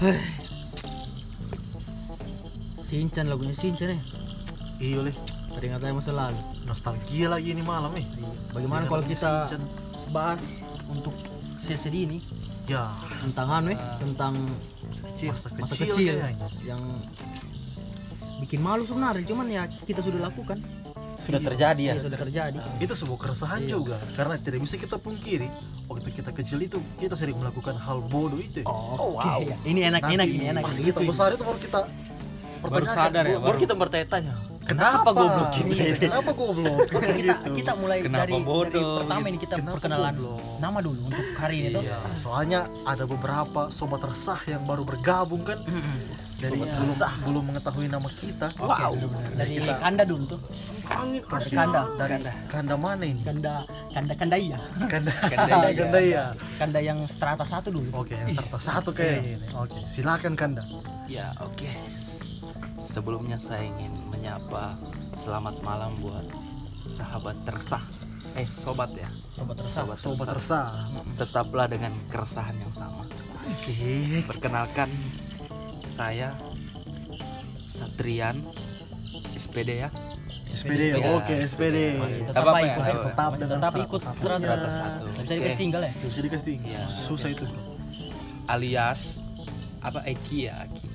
Shinchan, lagunya Shinchan ya. Iya leh. Teringat aja masa lalu. Nostalgia lagi ini malam nih. Bagaimana kalau kita Shinchan. bahas untuk sesi ini Ya, tentang tentang masa kecil kayaknya. yang bikin malu sebenarnya, cuman ya kita sudah lakukan. Sudah terjadi ya. Sudah terjadi. Itu sebuah keresahan juga karena tidak bisa kita pungkiri waktu kita kecil itu kita sering melakukan hal bodoh itu. Oh, wow. wow. Ini enak, ini enak. Pas Gitu. kita besar itu baru kita Baru sadar ya. Baru kita bertanya-tanya. kenapa goblok kita Iya, ini? kenapa goblok? Kita mulai Kenapa dari bodoh, pertama ini kita Kenapa perkenalan goblok? nama dulu untuk hari ini tuh. Iya, soalnya ada beberapa sobat resah yang baru bergabung kan. Dari belum mengetahui nama kita. Wow. Dari Kanda dulu tuh. Dari Kanda. Dari kanda mana ini? Kanda iya. Kanda ya. Kanda yang strata 1 dulu. Oke, yang serta satu kayak ini. Oke, silakan Kanda. Ya, oke. Sebelumnya saya ingin menyapa selamat malam buat sahabat tersah. Sobat ya. Sobat resah. Tetaplah dengan keresahan yang sama. Asik. Perkenalkan, saya Satrian SPD ya. SPD. Ya, Oke, SPD. Tetap Apa-apa ikut. ya? Masih tetap dengan Tetap ikut Strata 1. Nggak bisa dikasih tinggal ya. Bisa dikasih tinggi. Iya. Susah itu, Bro. Alias Eki ya, Eki.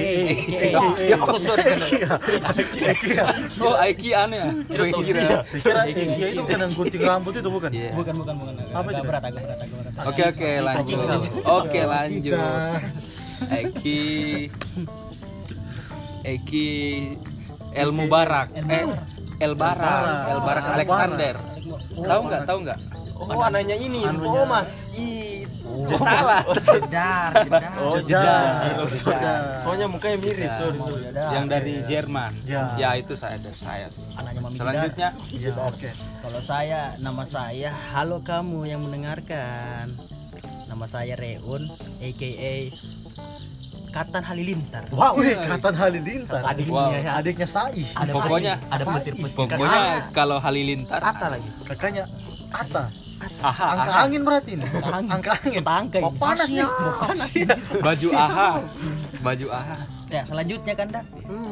Oh, Eki aneh ya. Saya kira Ekia itu bukan yang gunting rambut itu bukan? Iya. Bukan. Apa itu? Agak berat. Oke, lanjut. Oke, lanjut. Eki El Mubarak. El Barak Alexander. Tahu nggak? Oh, anaknya ini. Oh, Mas. Salah. Jeddah. Soalnya mukanya mirip. Yang dari Jerman. Ya. Ya, itu dari saya sih. Anaknya Mami Selanjutnya Iya, oke. Kalau nama saya, halo kamu yang mendengarkan. Nama saya Reun, aka Katan Halilintar. Wow, Katan Halilintar. Adiknya Sai. pokoknya Ada kalau Halilintar Ata lagi. Kakaknya Ata. Aha. Angka angin berarti ini. Angka angin. Angka ini. Oh, panas nih. Baju AHA. Ya, selanjutnya Kanda.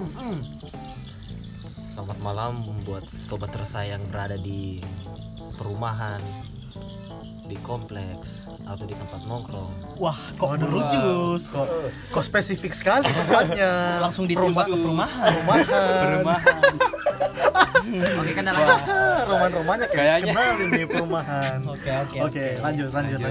Selamat malam buat sobat tersayang berada di perumahan, di kompleks atau di tempat nongkrong. Wah, kok berujus. Kok spesifik sekali tempatnya. Langsung ditembak ke perumahan. Perumahan. Oke, Kanda lanjut. Roman-romannya Kayaknya. kenal ini perumahan. Oke. Lanjut.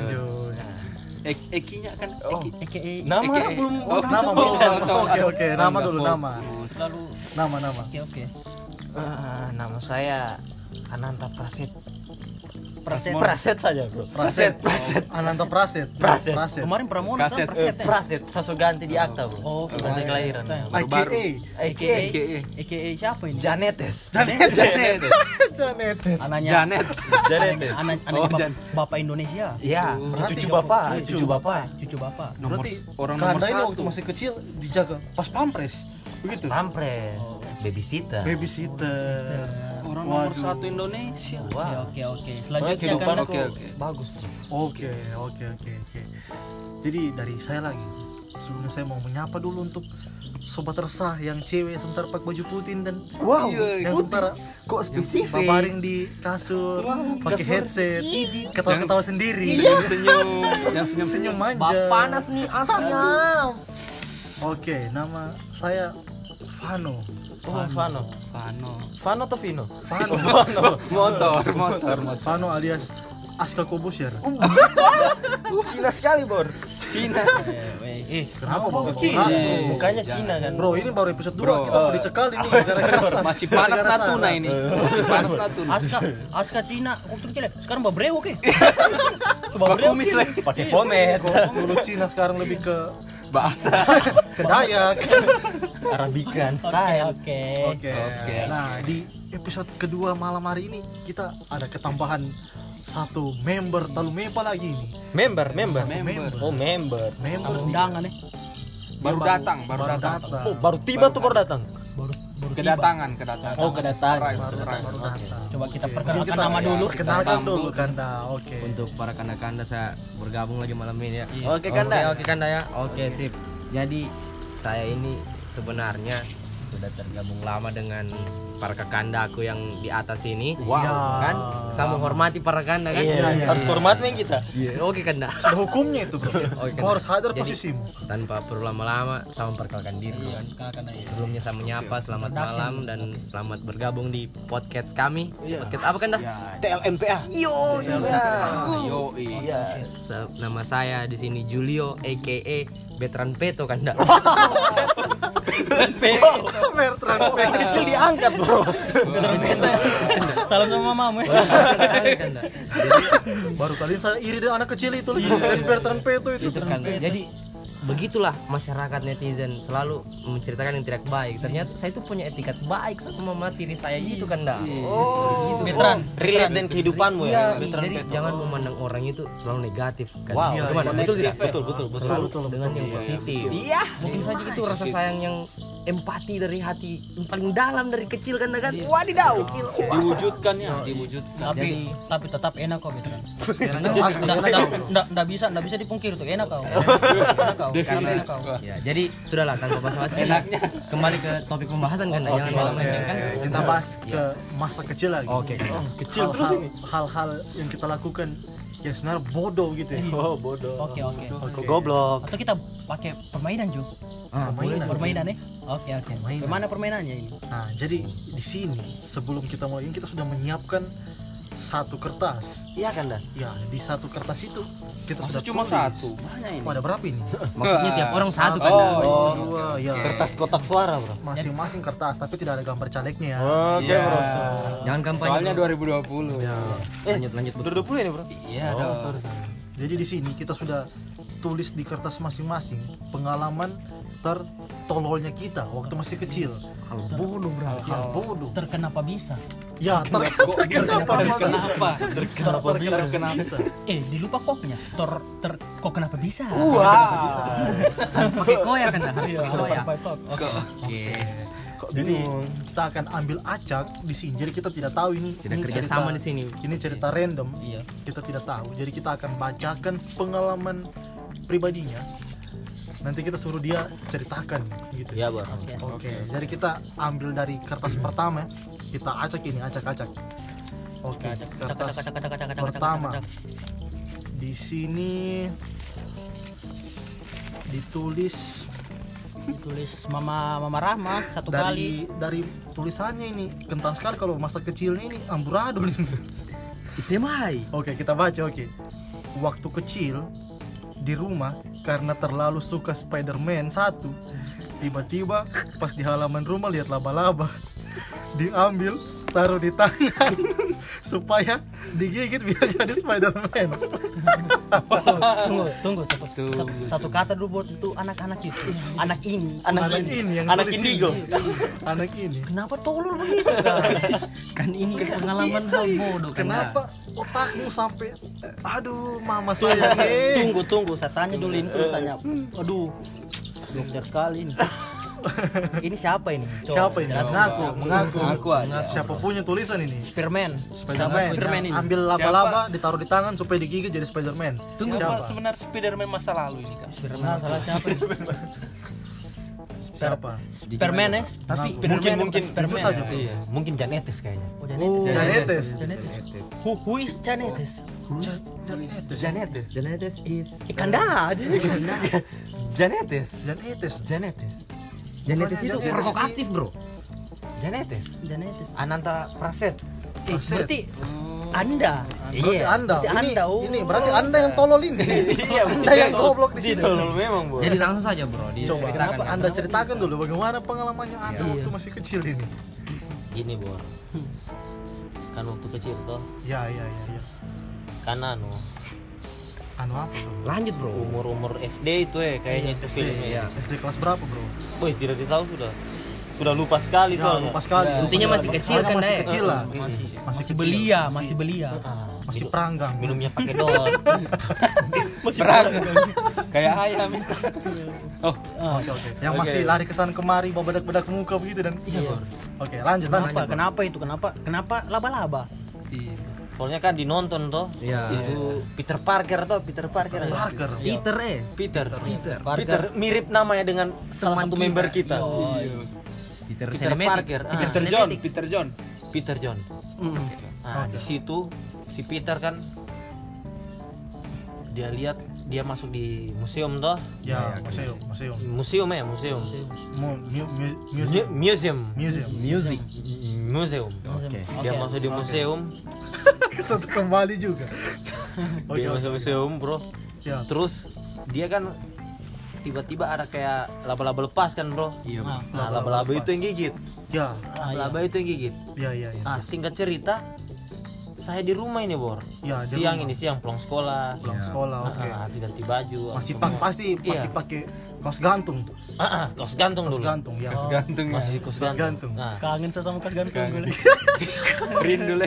Ekinya kan Aka Nama belum. Nama belum. Oke, nama dulu nama. lalu Nama. Oke. Nama saya Ananta Praset. Praset saja, Bro. Praset. Ananta Praset. Kemarin Pramono kan Praset. Praset ya? Praset, saya ganti di akta, Bro. Oh, ganti kelahiran. AKA. Aka siapa ini? Janetes. Janetes. Anaknya Janet. Janetes. Anaknya Bapak Indonesia. Iya, Berarti cucu bapak. Cucu Bapak. Berarti Orang nomor Kanda ini 1. waktu masih kecil dijaga pas pampres. Begitu. Pampres, babysitter. Babysitter. Orang nomor Waduh. 1 Indonesia. Wah. Oke. Soalnya Selanjutnya kehidupan Kanda. Oke. bagus, Bro. Oke. Jadi dari saya lagi. Sebelumnya saya mau menyapa dulu untuk sobat resah yang cewek sebentar pakai baju putih dan yang sebentar Kok spesifik? baring di kasur, pakai headset, ketawa-ketawa sendiri, Senyum manja. Panas nih aslinya. Oke, nama saya Vano. Oh, Vano. Vano atau Vino? Motor. Vano alias Aska Kobusher. Cina sekali, Bor. Cina. Kenapa bro? Cina? Keras, bro. Mukanya Cina kan. Bro, ini baru episode 2 Bro, kita mau dicekal ini gara-gara Masih panas gara-gara Natuna salah. ini. Masih panas Natuna. Aska Cina waktu kecil ya. Sekarang babrewok ya. Kumis lagi. Pakai pomade. Dulu Cina sekarang lebih ke Bahasa. Dayak. Arabikan style. Oke. Nah, di episode kedua malam hari ini kita ada ketambahan satu member Talumepa lagi nih. Member. Oh, member. Tamu undangan nih. Baru datang. Oh, baru tiba tuh baru datang. Baru Kedatangan. Oh, kedatangan. Baru datang. Coba kita Oke. perkenalkan Kita nama dulu. Perkenalkan Kita dulu sambut. Kanda. Oke. Untuk para kanda-kanda saya bergabung lagi malam ini ya. Oke, Kanda. Oke Kanda ya. Oke sip. Jadi saya ini sebenarnya sudah tergabung lama dengan para kekandaku yang di atas ini. Wow. Kan? Saya menghormati para kanda kan? Harus hormat nih kita. Iya, oke kanda. Sudah hukumnya itu bro. Oke, Kau harus sadar Jadi, posisimu. Tanpa perlu lama-lama, saya memperkenalkan diri kan. Sebelumnya saya menyapa selamat malam dan selamat bergabung di podcast kami. Podcast apa kanda? Ya, TLMPA. Yo, yo, Iya. Nama saya di sini Julio, aka Veteran Peto kanda. Bertrand Kecil diangkat, Bro. Salam sama mamamu. Kanda. baru kali ini saya iri dengan anak kecil itu lagi dari Bertrand Peto itu. Itu kan. Jadi begitulah masyarakat netizen selalu menceritakan yang tidak baik. Ternyata saya itu punya etikat baik sama mama tiri saya gitu kan dah. Oh, veteran. Relate dengan kehidupanmu ya. Iya, Veteran jadi Peto. jangan memandang orang itu selalu negatif kan. Wow, Gimana? iya, Betul tidak? betul, betul, betul. Selalu betul, dengan betul. yang positif. Iya. Mungkin saja itu rasa sayang yang empati dari hati yang paling dalam dari kecil kan kan. Wadidaw. diwujudkan ya, diwujudkan. Tapi tetap enak kok veteran. Asli, Nggak bisa dipungkiri tuh enak kau. Enak kau. Karena enak kau. Ya, jadi sudahlah tanpa basa-basi kita kembali ke topik pembahasan kan. Jangan malah melenceng kan. kita bahas ke masa kecil lagi. Oke. Kecil terus ini. Hal-hal yang kita lakukan yang sebenarnya bodoh gitu ya. Oh, bodoh. Oke. Oke. Goblok. Atau kita pakai permainan Ju. Permainan ya? Oke. Permainan. Bagaimana permainannya ini? Nah, jadi di sini sebelum kita mulai ini kita sudah menyiapkan satu kertas. Iya kan dah. Ya, di satu kertas itu kita Masa sudah cuma tulis. satu? Banyak ini. Oh, ada berapa ini? Maksudnya tiap orang satu kan. Oh, Dua, ya. Kertas kotak suara, Bro. Masing-masing kertas, tapi tidak ada gambar calegnya ya. Oke, Iya. Bro. Jangan kampanye. Soalnya bro. 2020. Ya. Lanjut. Udah 20 ini, Bro. Iya dong. Jadi di sini kita sudah tulis di kertas masing-masing pengalaman tertololnya kita waktu masih kecil. Hal bodoh bro. Hal bodoh. Terkenapa bisa? Ya, Kenapa? Kenapa Kenapa? Dilupa koknya. Kok kenapa bisa? Harus pakai koya kan dah. Harus pakai koya. Oke. Jadi kita akan ambil acak di sini. Jadi kita tidak tahu ini Tidak ini kerja cerita- sama di sini. Ini cerita random. Iya. Kita tidak tahu. Jadi kita akan bacakan pengalaman pribadinya. Nanti kita suruh dia ceritakan gitu. Iya, Bro. Oke, jadi kita ambil dari kertas pertama, kita acak ini, acak-acak. Oke, kertas pertama. Di sini ditulis Mama Rahma satu kali. dari tulisannya ini kental sekali kalau masa kecilnya ini amburadul ini. Isemai. Oke, kita baca. Oke. Waktu kecil di rumah karena terlalu suka Spider-Man 1, tiba-tiba pas di halaman rumah lihat laba-laba, diambil taruh di tangan supaya digigit biar jadi Spider-Man. Tunggu. Satu kata dulu buat itu anak-anak itu. Anak ini. Anak ini yang anak tulis indigo. ini. Anak ini. Kenapa tolol begitu? Kan ini pengalaman hal bodoh kan. Kenapa otakmu sampai aduh mama saya nih. Tunggu, saya tanya dulu ini tulisannya. Aduh, dokter sekali ini. Ini siapa ini? Siapa ini? Mengaku. Aku aja. Siapa punya tulisan ini? Spiderman. Spider-Man. Spiderman ini. Ambil laba-laba ditaruh di tangan supaya digigit jadi Spider-Man. Siapa Siapa? sebenarnya Spiderman masa lalu ini kan? Spiderman masalah siapa? Siapa? Spiderman ya? Tapi Mungkin Itu saja. Bro. Iya, mungkin Janetes kayaknya. Oh, Janetes. Who is Janetes? Janetes. Janetes is Ikanda aja. Janetes. Janetes. Janetes. Janetes itu Janetes. perokok aktif bro. Janetes. Janetes. Ananta Praset. Praset. Berarti Anda. Berarti Anda. Berarti Anda. Ini berarti Anda yang tolol ini. Iya, Anda yang goblok di sini. Tolol memang, Bro. Jadi langsung saja bro. Coba diceritakan kan. Anda ceritakan dulu bagaimana pengalamannya Anda waktu masih kecil ini. Gini, Bro. Kan waktu kecil toh, Ya. kan anu Apa bro? Lanjut bro. umur SD itu kayaknya itu filmnya. Iya. SD kelas berapa bro? Boy, tidak ditahu sudah lupa sekali Ya, soalnya. lupa sekali. Intinya masih kecil kan, Masih Dek. kecil lah. Masih kecil. belia, masih belia. Masih peranggang. Minumnya pakai dot. Perang. Kayak ayam. Oh, Oke. Yang masih lari kesan kemari bawa bedak-bedak muka begitu dan Oke, lanjut. Kenapa itu? Kenapa laba-laba? iya. Soalnya kan dinonton toh. Iya. Itu Peter Parker toh, Peter Parker. Parker. Peter mirip namanya dengan salah satu member kita. Peter Peter Parker. Peter John. Nah, di situ si Peter kan dia lihat dia masuk di museum toh. Ya, museum. Museum. Museum. Oke. Dia masuk di museum. Kita kembali juga. Dia masuk museum, bro. Ya. Terus dia kan tiba-tiba ada kayak laba-laba lepas kan, bro. Iya. Nah, laba-laba itu yang gigit. Ya. Laba-laba itu yang gigit. Ya. Ah, singkat cerita, saya di rumah ini, Bor. Ya, di Siang rumah. ini siang pulang sekolah. Pulang sekolah, oke. Habis ganti baju. Masih semua. pasti Iya. pakai kaos gantung. Kaos gantung Kaos dulu. gantung ya. Masih kaos Kaos gantung. gantung. Nah, Kangen saya sama kas gantung gue. rindu le.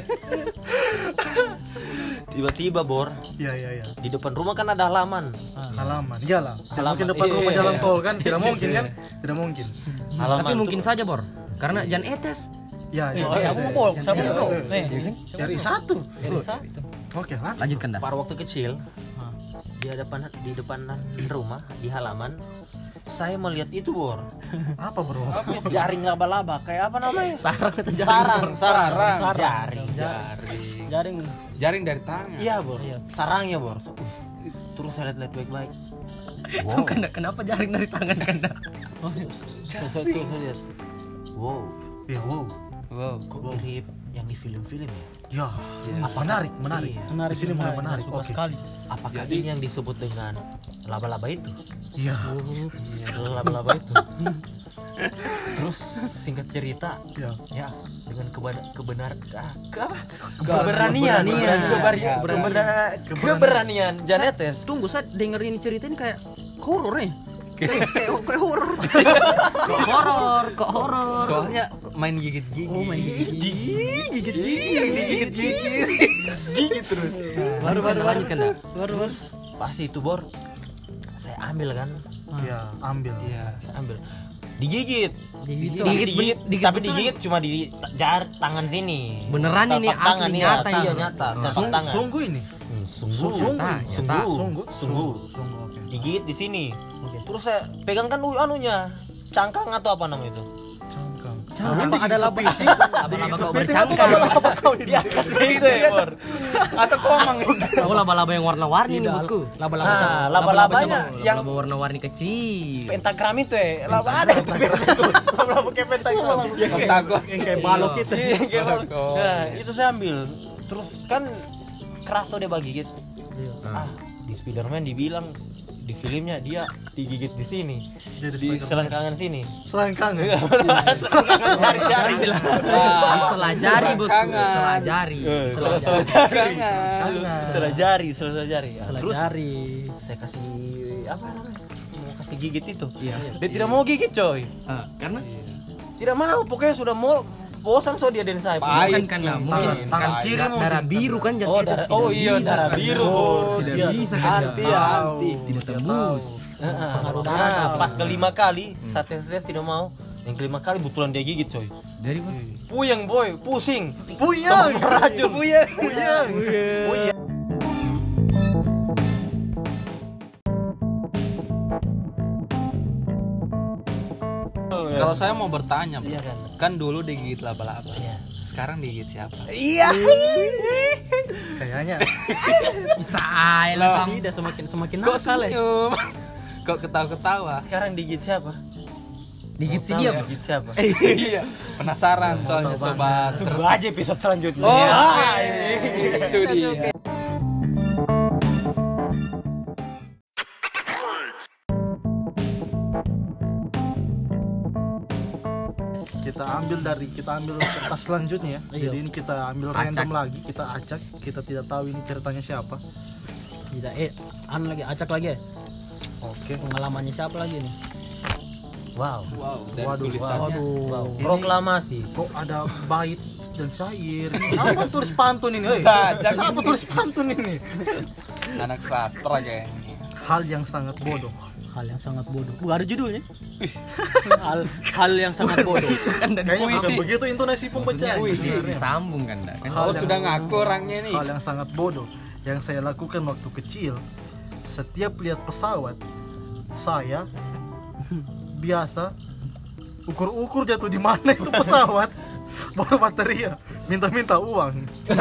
Tiba-tiba, Bor, Ya. di depan rumah kan ada halaman. Halaman. Iyalah. Tidak Halaman. mungkin depan rumah Iya. jalan tol kan? Tidak mungkin kan? Tidak mungkin. Halaman Tapi mungkin tuh- saja, Bor. Karena Jan Etes. Ya. Siapa mau bol? Siapa mau bol? Dari satu. Oke, lanjut. Lanjutkan dah. Pada waktu kecil, di depan rumah, di halaman, saya melihat itu, Bor. Apa, Bro? Jaring laba-laba, kayak apa namanya? Sarang atau jaring? Sarang. Jaring. Jaring dari tangan. Iya, Bor. Sarangnya, Bor. Terus saya lihat baik-baik. Wow. Kenapa jaring dari tangan Kanda? Saya lihat. Wow, Ya, wow. kok mirip yang di film-film ya? Ya. Menarik. Iya. Di sini mulai menarik. Suka Oke. sekali. Apakah ini yang disebut dengan laba-laba itu? Iya. Laba-laba itu. Terus singkat cerita, Ya. ya dengan keberanian Janetes. Tunggu, saya dengerin cerita ini kayak horor nih. Kayak horor. Kok horor. Soalnya main gigit-gigit. Oh, main Gigit terus. Lanjutkan dah. Terus pas itu, Bor, saya ambil kan. Ya, ambil. Iya. Saya ambil. Digigit. Digigit, Tapi digigit cuma di tangan sini. Beneran ini Telapak tangan, asli iya, nyata iya, ini. nyata. Telapak tangan. Sungguh ini. Sungguh. Sungguh. Oke. Digigit di sini. Terus saya pegang kan anunya, cangkang atau apa namanya itu? Cangkang. Ada laba. Laba-laba kau bercangkang. Di atasnya itu ya, Bor. Atau komang. Oh, laba-laba yang warna-warni nih, Bosku. Laba-laba Nah, laba-labanya yang Laba warna-warni kecil. pentagram itu ya, laba ada itu. Laba kayak pentagram. yang kayak balok itu. Iya, kayak balok. Nah, itu saya ambil. Terus kan keras tuh dia gigit. Di Spiderman dibilang di filmnya dia digigit di sini, Jadi di Spiderman. selangkangan sini. Selangkang. Selangkangan jari. Selajari, Bosku. Selajari. Selajari. Ya, terus Selajari. saya kasih apa namanya? Mau kasih gigit itu. Dia tidak mau gigit, coy. Karena Tidak mau, pokoknya sudah mau bosan so dia dan saya. bukan karena mungkin tangan kiri kan mungkin. darah biru kan Jan Oh, Etes darah, tidak oh iya, bisa, darah kan? biru, Bor. Tidak Iya. bisa kan Anti, Jan? anti. Tidak Tidak tembus. tahu. Nah, pas kelima kali, saat tes tidak mau. Yang kelima kali betulan dia gigit, coy. Jadi Bang, Puyeng, boy, pusing. Puyeng. Racun. Puyeng. Kalau saya mau bertanya, Bro. Iya kan? Kan dulu digigit laba-laba. Iya. Sekarang digigit siapa? Iya. Kayaknya bisa aja lah Bang. Tidak semakin Kok nakal ya. senyum? Kok ketawa-ketawa? Sekarang digigit siapa? Digit si Tahu dia, ya, Bang. digigit siapa? Iya. Penasaran soalnya sobat. Tunggu aja episode selanjutnya. Oh, Ya. itu dia. kita ambil kertas selanjutnya ya. Jadi ini kita ambil random lagi, kita acak, kita tidak tahu ini ceritanya siapa. Tidak lagi acak lagi ya. Oke. Pengalamannya siapa lagi nih? Wow. Dan Waduh, tulisannya. Waduh. Ini- Proklamasi. Kok ada bait dan syair? Siapa tulis pantun ini? Hei? Sajak Siapa tulis pantun ini? Anak sastra kayaknya. Hal yang sangat bodoh Hal yang sangat bodoh. Ada judulnya. hal yang sangat bodoh. Kayaknya bukan begitu intonasi pembacaan. Disambung kan dah. Kan Hal sudah yang- ngaku orangnya nih. Hal yang sangat bodoh yang saya lakukan waktu kecil, setiap lihat pesawat, saya biasa ukur-ukur jatuh di mana itu pesawat, baru bateria, minta uang.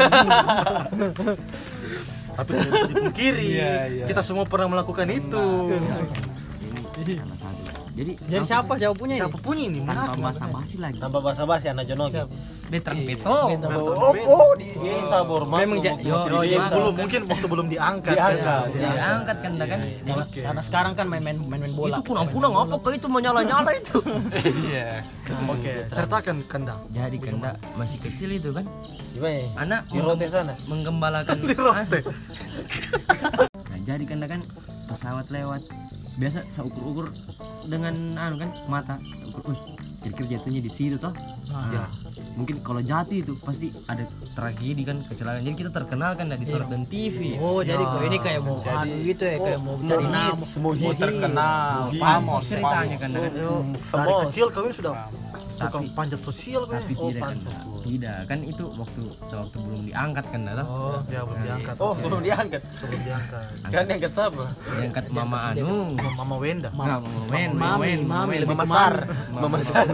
Tapi tidak bisa dipungkiri, kita semua pernah melakukan itu. Ini salah satu. Jadi Siapa punya ini? Siapa punya ini? tanpa Mengaku. basa-basi lagi. Tanpa basa-basi anak Jonogi. Veteran Peto. Di desa Borma. Memang Mungkin waktu belum diangkat. Diangkat. Diangkat kan dah kan. Karena sekarang kan main bola. Itu punang-punang apa kok itu menyala-nyala itu. Iya. Oke, ceritakan Kanda. Jadi kan dah masih kecil itu kan. Gimana? Anak Di rote sana. menggembalakan. Di rote. Nah, jadi kan dah kan pesawat lewat. Biasa saya ukur-ukur dengan kan mata. Ukur, kira-kira jatuhnya di situ toh. Ya. Mungkin kalau jatuh itu pasti ada tragedi kan, kecelakaan. Jadi kita terkenal kan dari surat dan TV. Oh, jadi kok ini kayak mau gitu ya, kayak mau cari nama. Mau terkenal, Pansos ceritanya kan. Dari kecil kau ini sudah tukang panjat sosial kau Tapi ini. tidak kan. Tidak, kan itu waktu sewaktu belum diangkat kan dah. Oh, ya belum diangkat. Oh, Oke. belum diangkat. Sebelum diangkat. Kan diangkat siapa? Diangkat Mama Anu. Mama Wenda. Nah, Mami, lebih Mama ke Sar. mami. Mama Sar.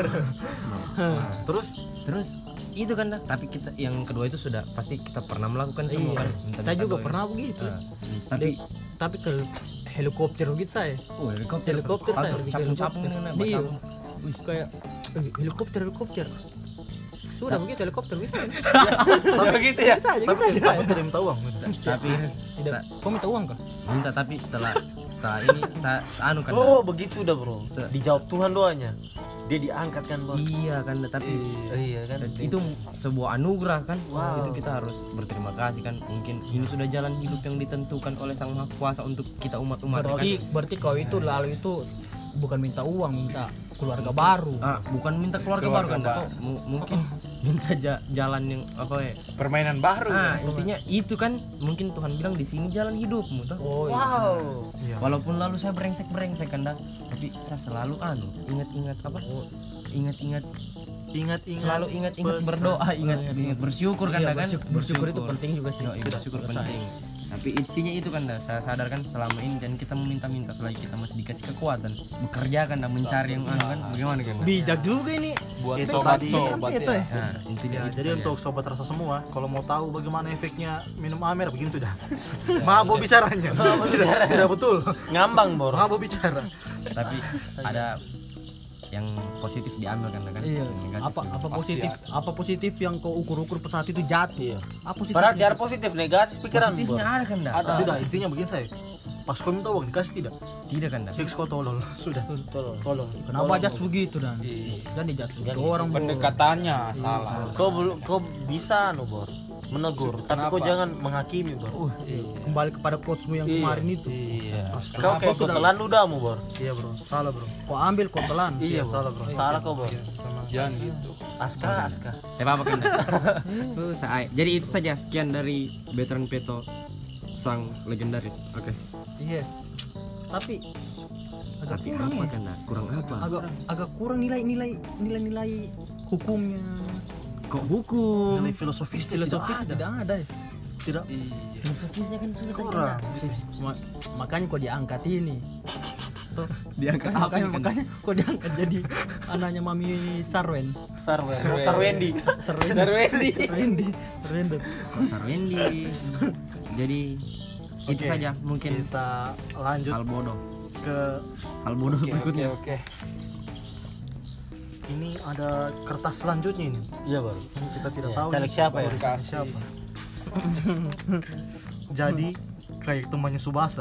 Terus Terus itu kan dah, tapi kita yang kedua itu sudah pasti kita pernah melakukan semua kan. Minta-minta Saya juga doa. pernah begitu. Nah, tapi Tapi ke helikopter begitu saya. oh helikopter saya capung-capung dengan Iya. batang. Wih, kayak helikopter. Sudah begitu helikopter begitu. Begitu ya. tapi tidak minta uang. Tapi Tidak. Kau minta uang kah? minta, tapi setelah ini saya anu kan. Oh, begitu dah, Bro. Se- Dijawab Tuhan doanya. Dia diangkat kan, Bro. Iya kan, tapi Iya kan. itu sebuah anugerah kan. Itu kita harus berterima kasih kan. Mungkin ini sudah jalan hidup yang ditentukan oleh Sang Maha Kuasa untuk kita umat-umat kan. Berarti kau itu lalu itu bukan minta uang, minta keluarga baru. Bukan minta keluarga baru kan, atau mungkin minta jalan yang apa ya? Permainan baru. Intinya itu kan mungkin Tuhan bilang di sini jalan hidupmu toh. Oh, iya. Wow. Walaupun lalu saya brengsek kan dah, tapi saya selalu ingat-ingat apa? Ingat-ingat selalu ingat-ingat berdoa, ingat bersyukur kan Iya, dah kan. bersyukur itu penting juga sih. Yoi, bersyukur penting. Tapi intinya itu kan dah, saya sadar kan selama ini dan kita meminta-minta selagi kita masih dikasih kekuatan bekerja kan dan mencari yang anu kan, bagaimana kan? Bijak juga ini. Buat Itu sobat-sobat itu ya. Nah, intinya Ya, itu jadi saja. untuk sobat rasa semua, kalau mau tahu bagaimana efeknya minum Amer, begini sudah. Mabuk bicaranya. Tidak betul. Ngambang, Bor. Mabuk bicara. Tapi ada yang positif diambil kan kan. Iya. Yang negatif juga. Apa positif yang kau ukur-ukur pesawat itu jatuh? Iya. Apa positif? Padahal cara positif, negatif pikiran, Bor. Positifnya ada kan dah? Tidak, intinya begini saya. Pas kau minta uang dikasih tidak? Tidak kan dah? Fix kau tolol. Sudah. Tolol. Kenapa judge begitu dan? Dan dijudge begitu orang Bro. Pendekatannya salah. Kau bisa Bor. Menegur, tapi kau jangan menghakimi, Bor. Kembali kepada quotesmu yang kemarin itu. Iya. Kau kayak kotelan ludahmu, Bor. Iya bro, salah bro. Kau ambil kau telan. Iya, salah, Bro. Salah kau, Bor. Jangan gitu. Aska. Tidak apa-apa kan dah? Jadi itu saja, sekian dari Veteran Peto sang legendaris. Oke. Iya. Tapi agak Tapi kurang apa ya. kan dah? Kurang apa? Agak kurang nilai hukumnya. Kok hukum? Nilai filosofisnya Filosofi tidak ada ya. Tidak. Filosofisnya kan sudah Kurang. Makanya kok diangkat ini. Tuh, Diangkat apa ini kan? makanya kok diangkat jadi anaknya Mami Sarwen. Sarwendi. Sarwendi. Oh, Sarwendi. Jadi itu Oke. saja mungkin Kita lanjut hal bodoh. ke Berikutnya. Oke. ini ada kertas selanjutnya ini. Iya, Bor. Ini kita tidak Iya, tahu caleg ini siapa ya? tulisannya siapa. Jadi kayak temannya Subasa.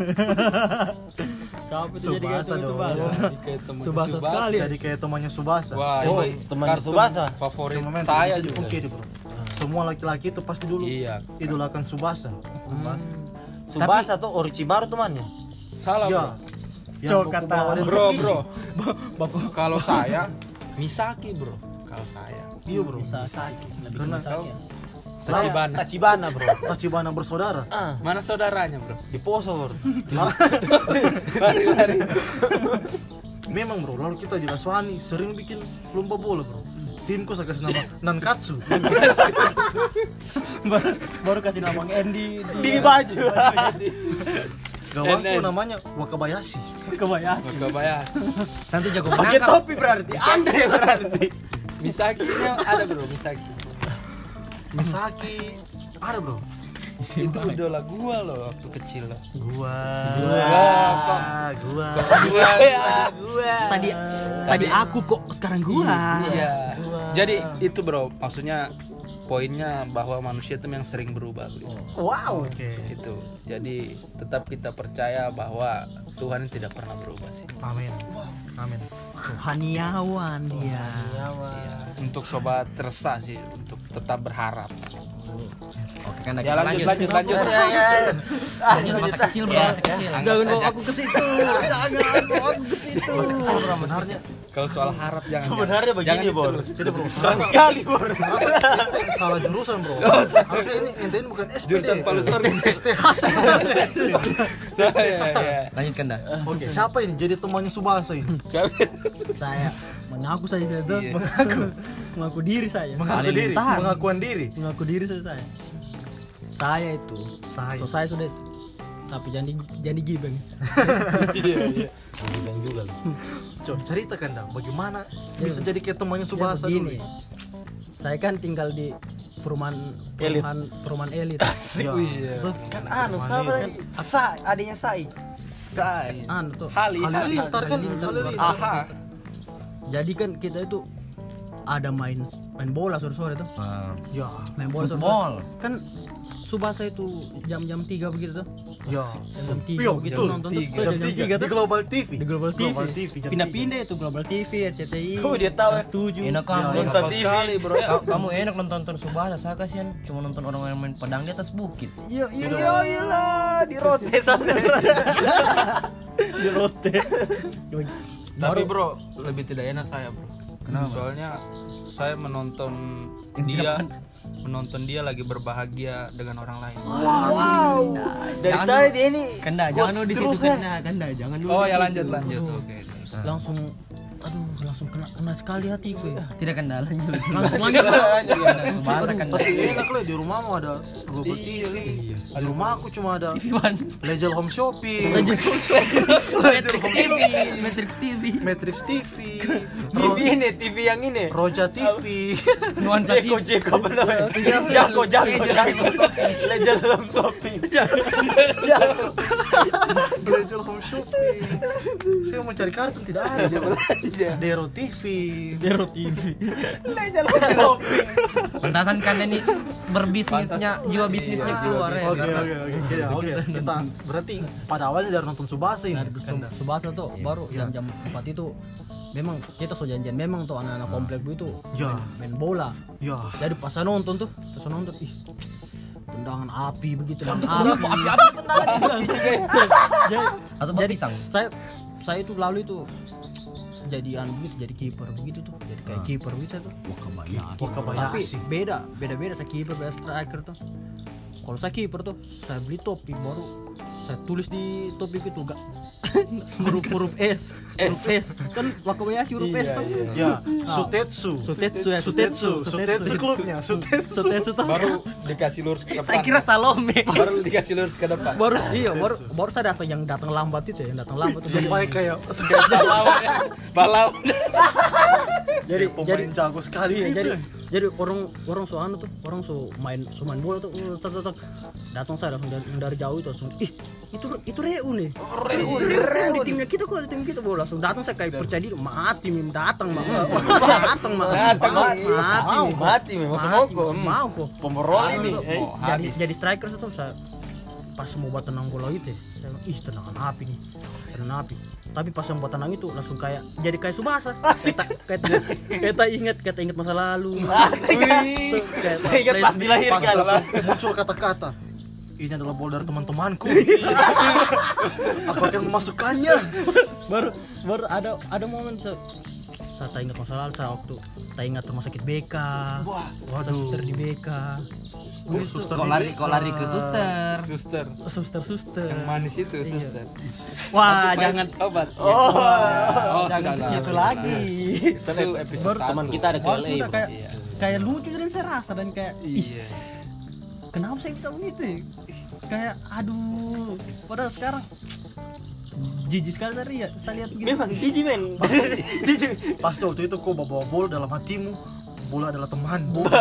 Siapa itu jadi kayak Subasa dong. Subasa? Kayak temen Subasa sekali. Jadi kayak temannya Subasa. Wah, Oh, ini teman kartun Tsubasa. favorit Cuma memang saya bisa juga. dipungkiri, bro. Semua laki-laki itu pasti dulu Iya. idolakan Subasa. Subasa tuh Orochimaru temannya. Salah, Ya. Cok, Yang kata bawa dia bro. pergi. Bro, kalau saya Misaki, bro. Kalau saya. Iya bro. Misaki. Karena Misaki. Tachibana bro. Tachibana bersaudara. Mana saudaranya, Bro? Di Poso bro. Lari-lari. Memang bro, lalu kita juga Swani sering bikin lomba bola bro. Timku saya kasih nama Nankatsu. Baru kasih nama Andy Di baju. Gawangku namanya Wakabayashi. kebayang. Gak bayar. Nanti jago Pakai menangkap. topi berarti. Andre berarti. Misaki-nya ada, Bro, Misaki. Misaki ada bro. Itu idola gua loh waktu kecil loh. Gua. Tadi aku kok sekarang gua. Iya. Jadi itu, Bro, maksudnya poinnya bahwa manusia itu yang sering berubah gitu. Wow. Oke. Itu. Jadi tetap kita percaya bahwa Tuhan tidak pernah berubah sih. Amin. Amin. Haniawan dia. Untuk sobat resah sih, untuk tetap berharap. Oke kan Ya lanjut. Lanjut masa kecil bro, masa kecil. Jangan bawa aku ke situ. Jangan bawa aku ke situ. Sebenarnya Kalau soal harap jangan. Sebenarnya jangan begini bor. terus. tidak bro. Serang sekali bor. Salah jurusan bro. Harusnya ini ente bukan SPD. Jurusan Palusori. STH. Ya. Lanjutkan dah. Oke, siapa ini jadi temannya Subasa ini? Siapa? Saya mengaku saja saya tuh. Mengaku diri saya. Mengaku diri, pengakuan diri. Mengaku diri saya. Saya itu. Saya. So saya sudah itu. Tapi jangan gibeng. Iya. Bilang juga loh. Coba ceritakan dong, bagaimana bisa jadi kayak temannya Subasa dulu? Begini. Saya kan tinggal di perumahan elit. Ya. Tuh, Kan anu siapa tadi? Adanya Sai. Sai. anu tuh. Halilintar kan? Halilintar. Aha. Jadi kan kita itu ada main bola sore-sore tuh. Ya. Main bola Football. sore-sore. Kan Subasa itu jam-jam 3 begitu tuh. Ya. Jam 3 Iya, begitu betul. nonton tuh. Jam Jam 3 3 di tuh. Global TV. Di Global TV. jam Pindah-pindah itu Global TV, RCTI. Oh, dia tahu ya. 7. Enak kamu. Nonton Hafal TV. sekali, Bro ya. Kamu enak nonton Subasa, saya kasihan cuma nonton orang yang main pedang di atas bukit. Iya, Di rote sana. di rote. Tapi Bro, lebih tidak enak saya, Bro. Kenapa? Soalnya saya menonton dia lagi berbahagia dengan orang lain. Wow. Dari Jangan tadi dia ini. Kenda, jangan dulu di situ Kenda, jangan dulu. Oh di ya situ. lanjut. Oke. langsung kena sekali hatiku ya. Tidak Kenda, lanjut. Langsung lanjut. Subasa Kenda. Tapi enak lah di rumahmu ada Global TV. Di rumah aku cuma ada TV One. Legend Home Shopping, Matrix TV. Matrix TV, TV ini, TV yang ini. Roja TV, Nuansa TV. Jeko benar. Jako. Legend dalam shopping. Legend Home Shopping. Saya mau cari kartun tidak ada. Dero TV. Dero TV. Legend dalam shopping. Pantasan kan ini berbisnisnya, jiwa bisnisnya keluar ya. Oke. Kita berarti pada awalnya dari nonton Subasa ini. Subasa tuh baru jam 4 itu memang kita so janjian memang tuh anak-anak komplek itu Ya. main bola. Ya. Jadi pas saya nonton ih tendangan api begitu tendangan api. Atau Jadi pisang. saya itu lalu itu jadi begitu, jadi kiper begitu tuh, jadi kayak kiper begitu tuh. Tapi Wakabayashi. beda saya kiper, beda striker tuh. Kalau saya kiper tuh, saya beli topi baru saya tulis di topi itu gak huruf S kan Wakabayashi huruf S tuh. Ya, Sutetsu klubnya, Sutetsu. Tuh. Baru dikasih lurus ke depan. Saya kira Salome. Baru dikasih lurus ke depan. baru saya yang datang lambat itu Supaya kayak Balau. jadi pemain jago sekali iya, gitu. jadi orang so anu tuh, orang so main bola tuh tek. Datang saya langsung dari jauh itu langsung itu Reu nih. Reu di timnya kita kok, di tim kita bola langsung datang saya kayak percaya diri mati datang mah. Mati memang mau kok. Pemberol ini. Jadi striker itu saya pas mau buat tenang bola itu saya bilang, tendangan api nih. Tendangan api. Tapi pas yang buat tenang itu langsung jadi kayak Subasa. Kita ingat masa lalu. Saya ingat pas dilahirkan. Langsung muncul kata-kata, ini adalah bola dari teman-temanku. Aku akan memasukkannya. baru ada momen Saya tak ingat masa lalu, saya waktu tak ingat rumah sakit BK. Wah, suster di BK. Kok lari ke suster. Suster. Yang manis itu suster. Wah, jangan obat. jangan ke situ lagi. Itu episode Teman kita ada Baru KLA. sudah Bro. kayak lucu dan saya rasa dan kayak Iya. kenapa saya bisa begitu ya? Kayak aduh, padahal sekarang jijik sekali saya lihat begitu. Memang jijik men. Jijik. Pasti waktu itu kau bawa bola dalam hatimu, bola adalah teman.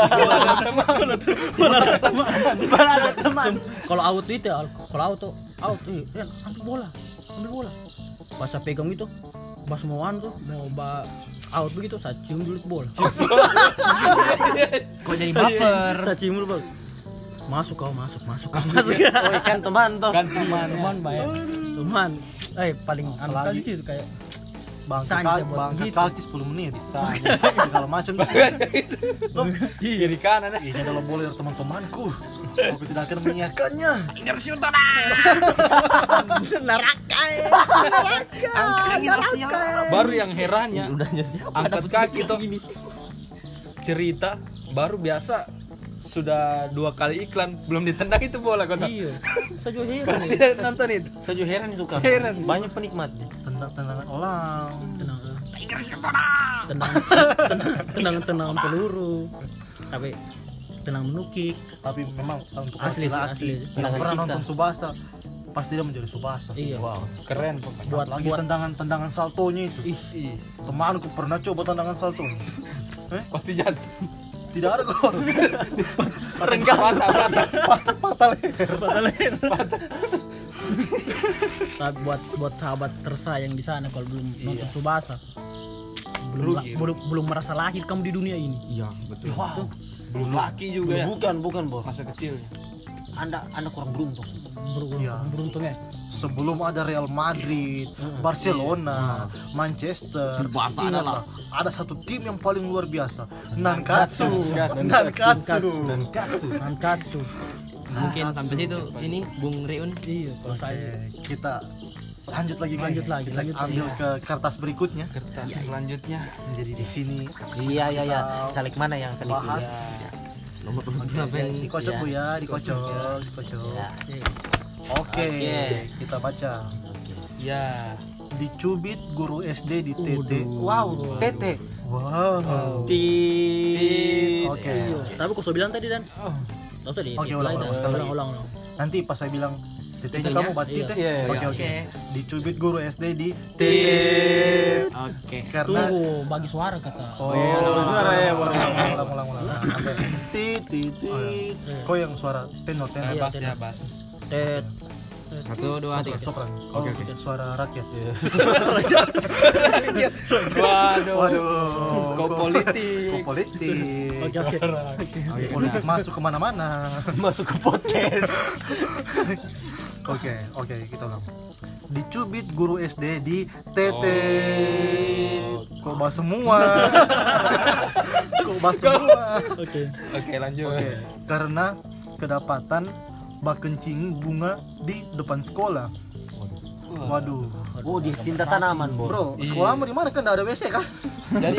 Kalau out itu ya, kalau out Ren, ambil bola. Pas saya pegang itu, pas mau out begitu, saya cium dulu bola. Kok jadi baper? Saya cium dulu bola. Masuk. Oh kan teman toh. Teman bayar. Teman. Paling anu kali sih itu kayak Bangkat kaki 10 menit. Bisa segala macam. Kiri kanan. Ini adalah bola dari teman-temanku. Aku tidak akan menyiarkannya. Baru yang herannya angkat kaki toh cerita baru biasa sudah 2 kali iklan belum ditendang itu bola kata. iya. Saya juga heran. Tidak nonton itu. Saya juga heran itu kan. Heran. Banyak penikmatnya. Tendangan orang. Tendangan peluru. Tapi tenang menukik. Tapi memang untuk Asli. laki-laki yang Tendangan pernah cinta. nonton Tsubasa pasti dia menjadi Tsubasa. Iya. Wow. Keren pokoknya. Lagi tendangan saltonya itu. Ih, Temanku pernah coba tendangan saltonya. pasti jatuh. Tidak ada gol. Renggang Patah leher. Tapi buat sahabat tersayang di sana kalau belum nonton Tsubasa, Rugi. belum merasa lahir kamu di dunia ini. Iya, betul. Wow. Belum laki juga ya. Bukan Bor. Masa kecilnya. Anda kurang beruntung. Iya. Beruntungnya. Sebelum ada Real Madrid, Barcelona, Manchester, Tsubasa ingatlah ada satu tim yang paling luar biasa, Nankatsu. Nankatsu. Mungkin sampai situ ini Bung Reun. Iya, kalau saya Kita lanjut lagi. Kita lanjut ambil ke kertas berikutnya. Kertas selanjutnya. Jadi di sini Iya. Caleg mana yang akan bahas Nomor berapa yang dikocok Bu ya, dikocok. Ya. Oke, Oke. kita baca. Ya. Dicubit guru SD di TT. Wow. Tete. Wow. Tit. Oke. Tapi kok saya bilang tadi dan nggak usah deh. Oke, ulang. ulang. Nanti pas saya bilang titiknya Titenya? kamu buat titik. Iya, iya, Oke. Dicubit guru SD di Tit. Oke. karena Tunggu, bagi suara kata. Suara ya, Bor. ulang. Titit. Kau yang suara tenor. Saya bas ya, bas. Tet. 1, 2, 3. Sopran. Oke. Suara rakyat. Waduh. Kau politik. Politik. Oke. Politik masuk kemana-mana. Masuk ke podcast. Oke, kita ulang. Dicubit guru SD di TT. Kok bahas semua? Oke, lanjut. Oke, karena kedapatan bak kencing bunga di depan sekolah. Waduh. Oh, dia cinta tanaman, Bor. Bro, sekolahmu di mana kan enggak ada WC kan? Jadi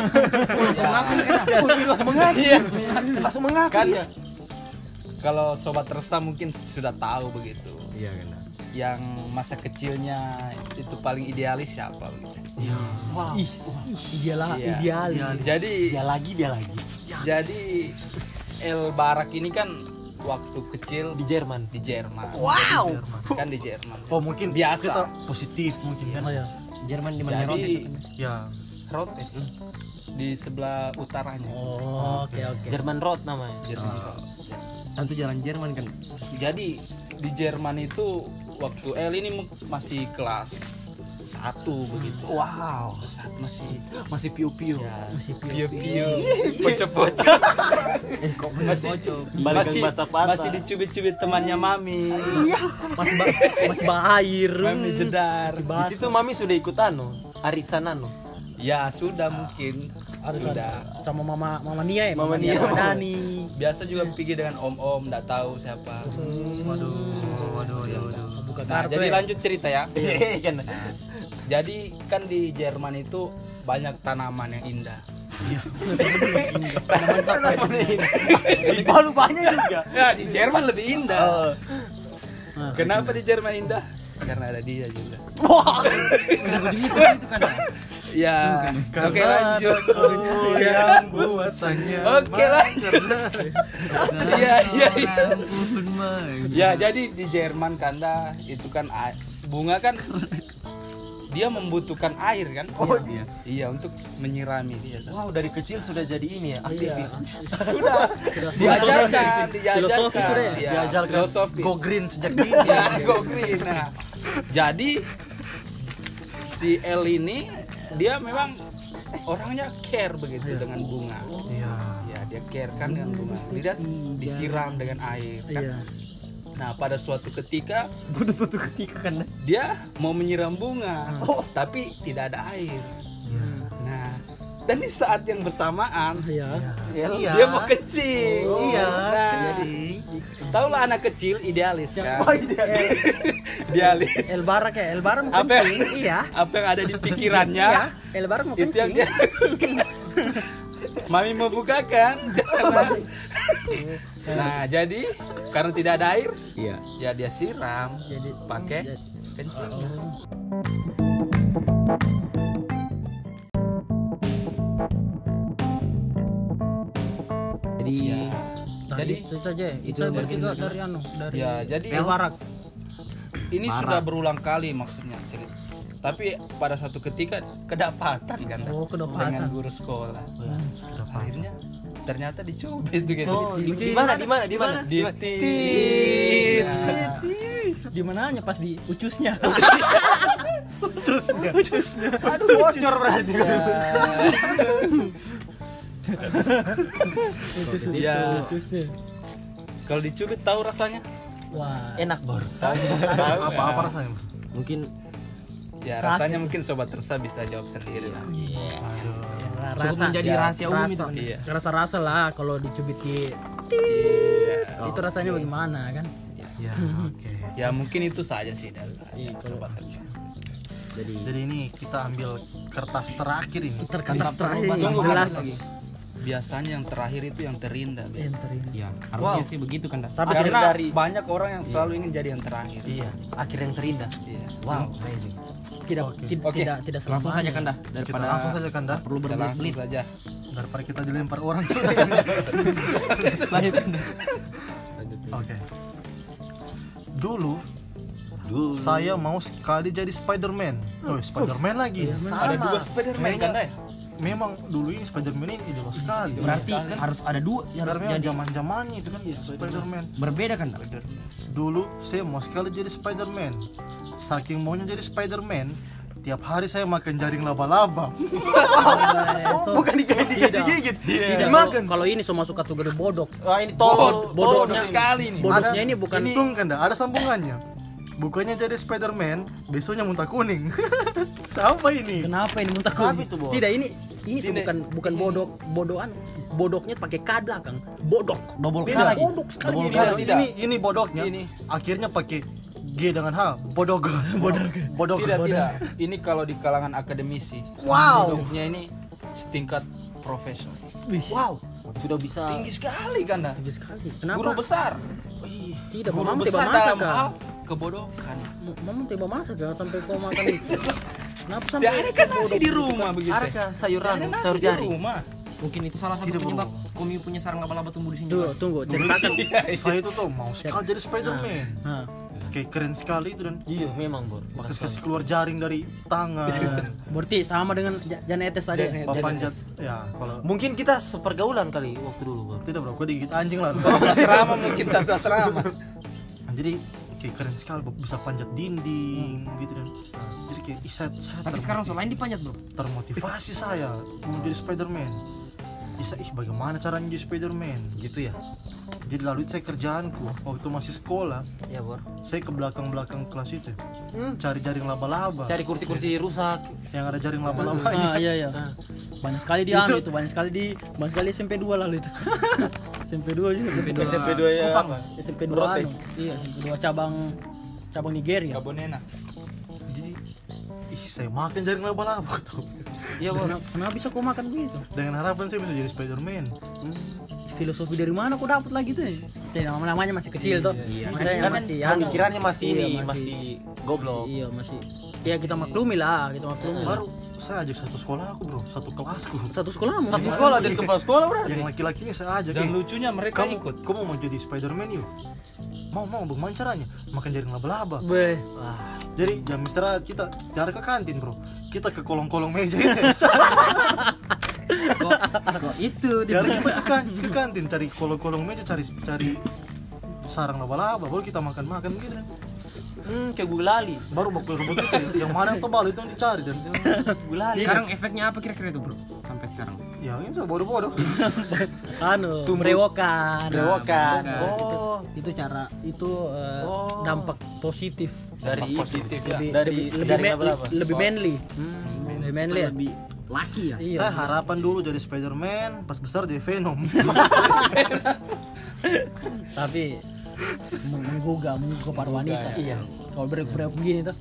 Langsung mengaku kan ya. kalau sobat resah mungkin sudah tahu begitu. Iya kan. Yang masa kecilnya itu paling idealis siapa begitu. Wow. Iyalah, Iya. idealis. Jadi Dia lagi. jadi El Barak ini kan waktu kecil Di Jerman. di Jerman. Wow. Kan di Jerman. Oh, mungkin Biasa. kita positif mungkin kan. Oh ya. Jerman di mana Jadi Ya. Rote di sebelah utaranya. Oh, oke. Jerman Road namanya. Jerman Road. Tentu jalan Jerman kan. Jadi di Jerman itu waktu El ini masih kelas 1 begitu. Wow. Saat Masih piu-piu. ya, Masih piu-piu, bocok-bocok. Balik masih ke bata-bata. masih dicubit-cubit temannya Mami. masih air. Mami jedar. Di situ Mami sudah ikut arisan Ya sudah mungkin sudah. Sama mama Nia ya, Mama Nia. Dani. Biasa juga pergi dengan om-om, enggak tahu siapa. Waduh. Buka Nah, kartu. jadi lanjut cerita ya. kan. Jadi kan di Jerman itu banyak tanaman yang indah. Di Palu banyak juga. Ya di Jerman lebih indah. Kenapa di Jerman indah? Karena ada dia juga. Itu kan. Ya, oke lanjut. Yang buasanya. Oke lanjut. Iya. Ya jadi di Jerman Kanda itu kan bunga kan dia membutuhkan air kan? Oh iya untuk menyirami dia. Wow, dari kecil sudah jadi ini ya, aktivis. Sudah diajarkan. Filosofi sudah ya? Iya, Diajarkan filosofis. go green sejak dini. Ya, go green. Nah, jadi si L ini dia memang orangnya care begitu dengan bunga. Iya. Ya, dia care kan dengan bunga. Dia disiram dengan air kan. Iya. Nah, pada suatu ketika kan. dia mau menyiram bunga, tapi tidak ada air. Nah, dan di saat yang bersamaan Iya. Iya. dia mau kencing. Iya. Nah, taulah anak kecil idealis kan. Idealis. El Barak ya, El Barak mau Apa? kencing. Iya. Apa yang ada di pikirannya? Iya, El Barak mau Itu yang kencing. dia. Mami mau bukakan. Nah, jadi karena tidak ada air, Iya. ya dia siram Jadi pakai kencing. Jadi Jadi itu saja. Itu bertiga dari dari ya jadi El Barak. ini sudah berulang kali maksudnya cerita. Tapi pada suatu ketika kedapatan kan Oh, kedapatan. dengan guru sekolah. Akhirnya ternyata dicubit gitu. Oh, di mana? Di tit. Di mananya pas di ucusnya. Aduh, bocor berarti. Ya. Ucusnya. Kalau dicubit tahu rasanya? Wah. Enak, Bor. Tahu Apa nggak? rasanya? mungkin Ya Sakit. rasanya mungkin sobat Tersa bisa jawab sendiri lah. cukup menjadi rahasia umum itu. Iya. Rasa-rasa lah kalau dicubit di Iya. itu rasanya bagaimana kan? Ya, oke. Ya mungkin itu saja sih dari saya, sobat Tersa. Jadi ini kita ambil kertas terakhir ini. Kertas terakhir ini Tunggu, jelas Mas. lagi. Biasanya yang terakhir itu yang terindah, guys. Ya, harusnya sih begitu kan. Tapi Karena dari- banyak orang yang selalu ingin jadi yang terakhir. Iya, akhir yang terindah. Iya. Wow, amazing. Oke. tidak Langsung selamanya. saja kan dah Kita daripada langsung saja kan dah. perlu Kita langsung berbelit-belit. saja. Daripada kita dilempar orang. Oke. Dulu saya mau sekali jadi Spider-Man. Oh, Spider-Man lagi. Ada dua Spiderman kan, Day? Memang dulu ini Spider-Man ini idola sekali. Berarti harus ada dua yang harus Spider-Man jadi zaman-zamannya itu kan Spider-Man. berbeda kan. Dulu saya mau sekali jadi Spider-Man. Saking maunya jadi Spider-Man, tiap hari saya makan jaring laba-laba. Bukan dikasih gigit. Dimakan. Kalau ini so masuk kategori bodok. Wah, ini tolol. Bodoh sekali nih. Bodoknya ini bukan Untung kan dah, ada sambungannya. Bukannya jadi Spider-Man, besoknya muntah kuning. Siapa ini? kenapa ini muntah Sapi kuning? tuh, Bo. Tidak, ini tuh bukan bodokan. Bodoknya pakai K belakang. Bodok. Double K Tidak, lagi. bodok sekali. Double K Tidak, lagi. tidak. Ini bodoknya. Ini. Akhirnya pakai G dengan H. Bodog. Bodog. Tidak. Ini kalau di kalangan akademisi. Wow. Bodohnya ini setingkat profesor. Wow, sudah bisa. Tinggi sekali kan, dah? Tinggi sekali. Kenapa? Guru besar. Tidak, Guru mama tiba besar masak dalam kan? hal kebodohan. Mama tiba masak kan sampai kau makan itu. Kenapa sampai? Dia ada kan nasi di rumah begitu. Adakah sayuran, Ada nasi sayur di jaring? rumah. Mungkin itu salah satu Tidak, penyebab Bro. Komi punya sarang laba-laba tumbuh di sini. Tunggu, ceritakan. Saya itu tuh mau sekali jadi Spider-Man. Nah, Kayak keren sekali itu dan Iya, memang, Bor. kasih keluar jaring dari tangan. berarti sama dengan Janetes tadi. Papanjat. Ya, kalau Mungkin kita sepergaulan kali waktu dulu, Bor. tidak bro, gue digigit anjing lah. Asrama mungkin satu asrama. Jadi kayak keren sekali bisa panjat dinding gitu dan jadi kayak saya Tapi sekarang selain dipanjat bro. termotivasi saya mau jadi Spider-Man. Bisa bagaimana caranya jadi Spider-Man Gitu ya. jadi lalu itu saya kerjaanku waktu masih sekolah Ya, Bor. saya ke belakang kelas itu cari jaring laba-laba Cari kursi-kursi rusak. yang ada jaring laba-laba. Iya. Banyak sekali di itu banyak sekali SMP 2 lalu itu. SMP 2 juga. SMP 2 ya. SMP 2 Rote. Iya, SMP 2 cabang Nigeria. Kabonena. Jadi saya makan jaring laba-laba tuh. Iya bor. Kenapa bisa kau makan begitu? Dengan harapan saya bisa jadi Spider-Man. Filosofi dari mana kau dapat lagi tuh? Namanya masih kecil tuh. Makanya Kan masih pemikirannya masih Iya, ini, masih goblok. Iya, masih. Ya kita maklumi lah, kita maklumi. Baru saya ajak satu sekolah aku bro, satu kelasku. Satu sekolahmu. Satu sekolah dari kepala sekolah berarti. Yang laki-lakinya saya ajak. Dan lucunya mereka ikut. Kamu mau jadi Spider-Man yuk? Mau bagaimana caranya? Makan jaring laba-laba. Beh. Jadi jam istirahat kita jangan ke kantin bro, kita ke kolong-kolong meja itu. Kok itu dia Jadi kita ke kantin cari kolong-kolong meja, cari sarang laba-laba, baru kita makan gitu. Kayak gulali. Baru bakul rumput itu yang mana yang tebal itu yang dicari dan Gulali. sekarang efeknya apa kira-kira itu bro sampai sekarang? ya ini so bodoh-bodoh. Merewokan. Berewokan. Oh, itu cara dampak positif Dari positif ya. dari berapa? lebih manly. Lebih manly ya? Lebih laki ya? Iya. Harapan dulu jadi Spider-Man, pas besar jadi Venom. Tapi menggugah para wanita. Iya. Kalau bereok begini tuh.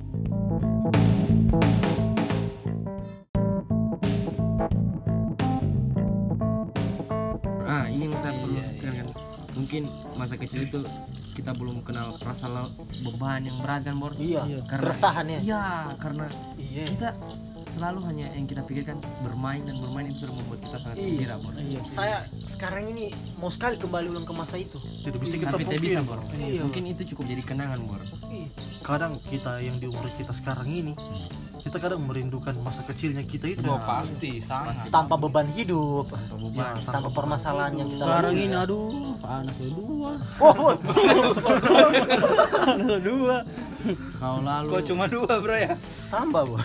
Ini yang saya perlu kenalkan. Mungkin masa kecil itu kita belum kenal rasa beban yang berat kan Bor? Iya. Karena Keresahannya. Iya, karena Iya. kita selalu hanya yang kita pikirkan bermain dan bermain itu sudah membuat kita sangat gembira Bor. Saya sekarang ini mau sekali kembali ulang ke masa itu. Tidak bisa kita Tapi tidak bisa pungkiri. Bor. Iya. Mungkin itu cukup jadi kenangan Bor. Kadang kita yang di umur kita sekarang ini, kita kadang merindukan masa kecilnya kita itu. Oh, pasti sangat. Tanpa beban hidup, Ya, tanpa permasalahan yang kita Sekarang lalui. ini aduh, panas dua. Oh, Panas dua. Kau lalu Kok cuma 2 bro ya? tambah bu.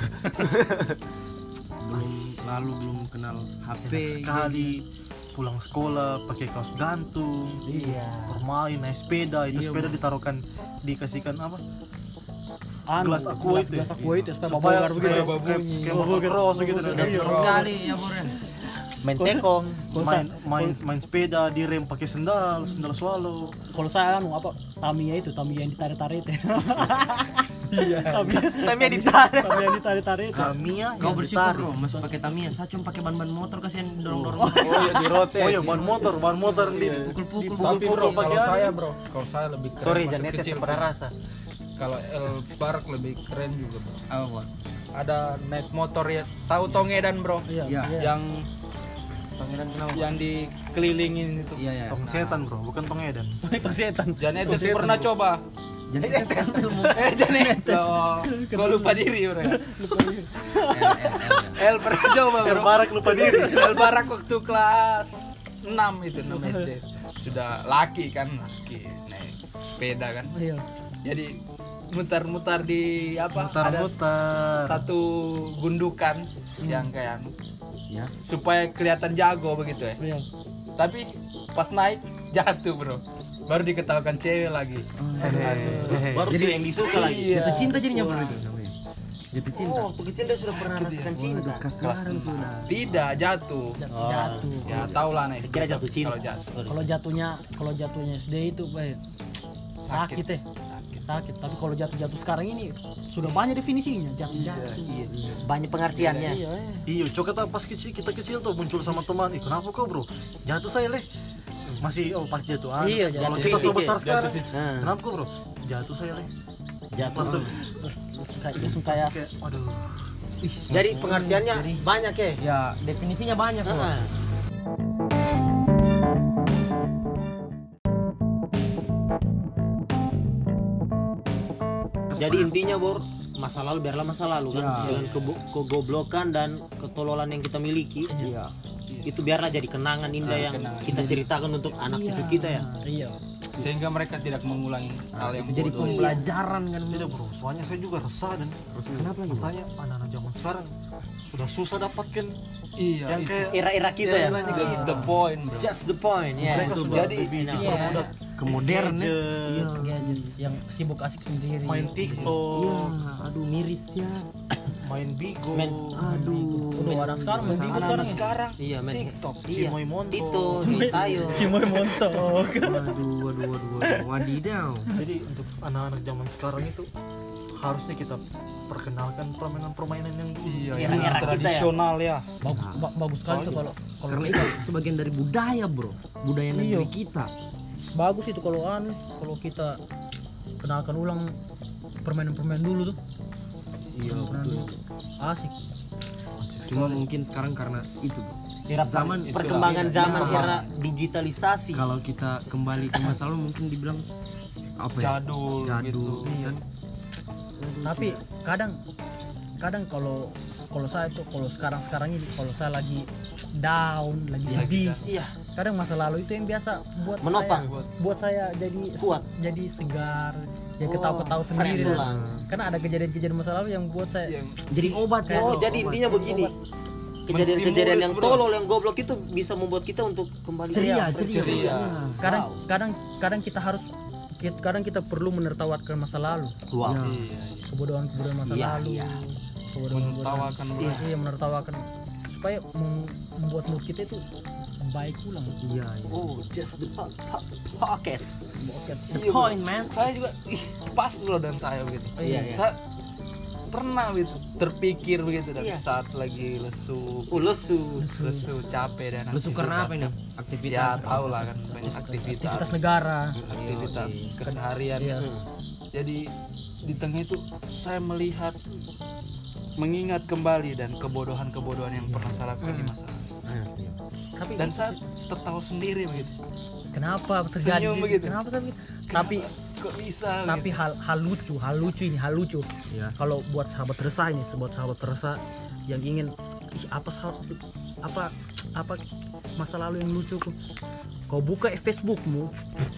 belum kenal HP. Enak sekali pulang sekolah pakai kaos gantung, Iya. bermain naik sepeda, itu sepeda ditaruhkan dikasihkan apa? Gelas aqua itu. Gelas aqua itu supaya Supaya babongar begitu. kayak motocross gitu. Sudah senang sekali ya Bor ya. Main tekong. Main sepeda direm pakai sendal swallow. Kalau saya Tamiya yang ditarik-tarik itu. Tamiya ditarik. Tamiya yang ditarik-tarik itu. Tamiya Kau yang bersyukur ditarik. bro, masuk pakai Tamiya. Saya cuma pakai ban motor kasihan dorong-dorong. Oh iya di rote. Oh iya ban motor di Pukul-pukul. Tapi bro, pakai kalau anu. saya bro, kalau saya lebih keren Sorry masa jangan netes kecil. pada rasa. Kalau El Park lebih keren juga bro. Apa Bor? Ada naik motor ya, tahu Tongedan bro? Iya. Yang Pangeran kenapa? yang dikelilingin itu. Iya ya. Tong setan bro, bukan tong edan. Tong setan. Jangan itu sih pernah coba. Jadi tes ilmu Jangan itu. Gua lupa diri bro. L. El pernah coba bro. Barak lupa diri. El Barak waktu kelas 6 itu 6 SD. Sudah laki naik sepeda kan. Iya. Jadi mutar-mutar di apa? Mutar-mutar. Ada satu gundukan yang kayak Ya. supaya kelihatan jago begitu ya. Iya. Tapi pas naik jatuh bro. Baru diketahukan cewek lagi. Aduh. Baru tuh yang disuka lagi. Iya. Jatuh cinta jadinya Bor itu namanya. Jatuh cinta. Oh, waktu kecil dia sudah pernah rasakan cinta. Kasmaran sudah. Tidak jatuh. Jatuh. Ya tau lah nih. Kira jatuh cinta. Kalau jatuh. Kalau jatuhnya SD itu sakit ya. Sakit. Tapi kalau jatuh sekarang ini sudah banyak definisinya. Jatuh. Iya. Banyak pengertiannya. Iya, coba pas kita kecil tuh muncul sama teman. Kenapa kau bro? Jatuh saya leh. Masih pas jatuh. Iya, Kalau jatuh kita fisik sudah besar ya. sekarang. Nah, Kenapa kau bro? Jatuh saya leh. jatuh. Langsung Langsung kayak kayak waduh. Jadi pengertiannya banyak ya. Ya, definisinya banyak Bor. Heeh. Jadi intinya Bor, masa lalu biarlah masa lalu kan, dengan kegoblokan dan ketololan yang kita miliki. Iya. Itu biarlah jadi kenangan indah yang kita ceritakan untuk anak cucu kita ya. iya. Sehingga mereka tidak mengulangi hal yang Jadi bodoh. pembelajaran kan. Tidak bro, soalnya saya juga resah dan Kenapa lagi? rasanya anak-anak zaman sekarang sudah susah dapatkan Iya, yang itu. kayak Era-era kita ya. era-eranya That's kita. the point, bro. Just the point ya. Mereka sudah Jadi, lebih iya. udah Kemodern ya. gadget, Gadget yang sibuk asik sendiri. main Iya, TikTok, aduh miris ya. main Bigo, Aduh. Udah orang sekarang main Bigo Anak-anak sekarang. sekarang Iya, men. TikTok. Iya. Cimoy Monto. Tito, Tayo. Cimoy montok. Waduh. Wadidaw. Jadi untuk anak-anak zaman sekarang itu harusnya kita memperkenalkan permainan-permainan yang dulu. Iya, Era-era yang kita tradisional ya. Bagus sekali tuh kalau Karena itu sebagian dari budaya, bro. Budaya negeri kita. bagus itu kalau kita kenalkan ulang permainan-permainan dulu tuh. Iya, Permainan betul. dulu. Asik. Cuma mungkin sekarang karena itu, bro. Era Zaman Perkembangan zaman Iya. era digitalisasi. Kalau kita kembali ke masa lalu mungkin dibilang apa ya? Jadul, Jadul, gitu. kan? Tapi kadang kalau saya tuh kalau sekarang ini kalau saya lagi down, lagi sedih, Iya. kadang masa lalu itu yang biasa Menopang. buat saya jadi Kuat. jadi segar, ya Oh, ketawa-ketawa fresh sendiri. ulang. Karena ada kejadian-kejadian masa lalu yang buat saya Jadi obat ya. Oh, bro, jadi obat. intinya begini. Kejadian-kejadian yang Menstimulus, bro. tolol, yang goblok itu bisa membuat kita untuk kembali ceria. Ceria. kadang kita perlu menertawakan masa lalu, Wow. Ya. Iya, kebodohan masa Iya, lalu, iya. kebodohan menertawakan, bro. iya, menertawakan supaya membuat mood kita itu baik ulang. Iya, iya. Oh, just the pockets. The point, man. Saya juga pas bro dan saya begitu. Iya, iya. Saya pernah begitu terpikir begitu dan Iya. saat lagi lesu, Lesu. capek dan Lesu karena apa ini? kan. Aktivitas. Ya tahu lah kan banyak aktivitas Aktivitas negara. aktivitas keseharian. Iya. Jadi di tengah itu saya mengingat kembali dan kebodohan-kebodohan yang pernah saya lakukan di masa lalu. Tapi Dan saya tertawa sendiri begitu. kenapa terjadi Senyum gitu? begitu. Kenapa saya begitu? Tapi Kok bisa? tapi hal lucu Ya. kalau buat sahabat resah yang ingin apa masa lalu yang lucu kok. Kau buka Facebookmu,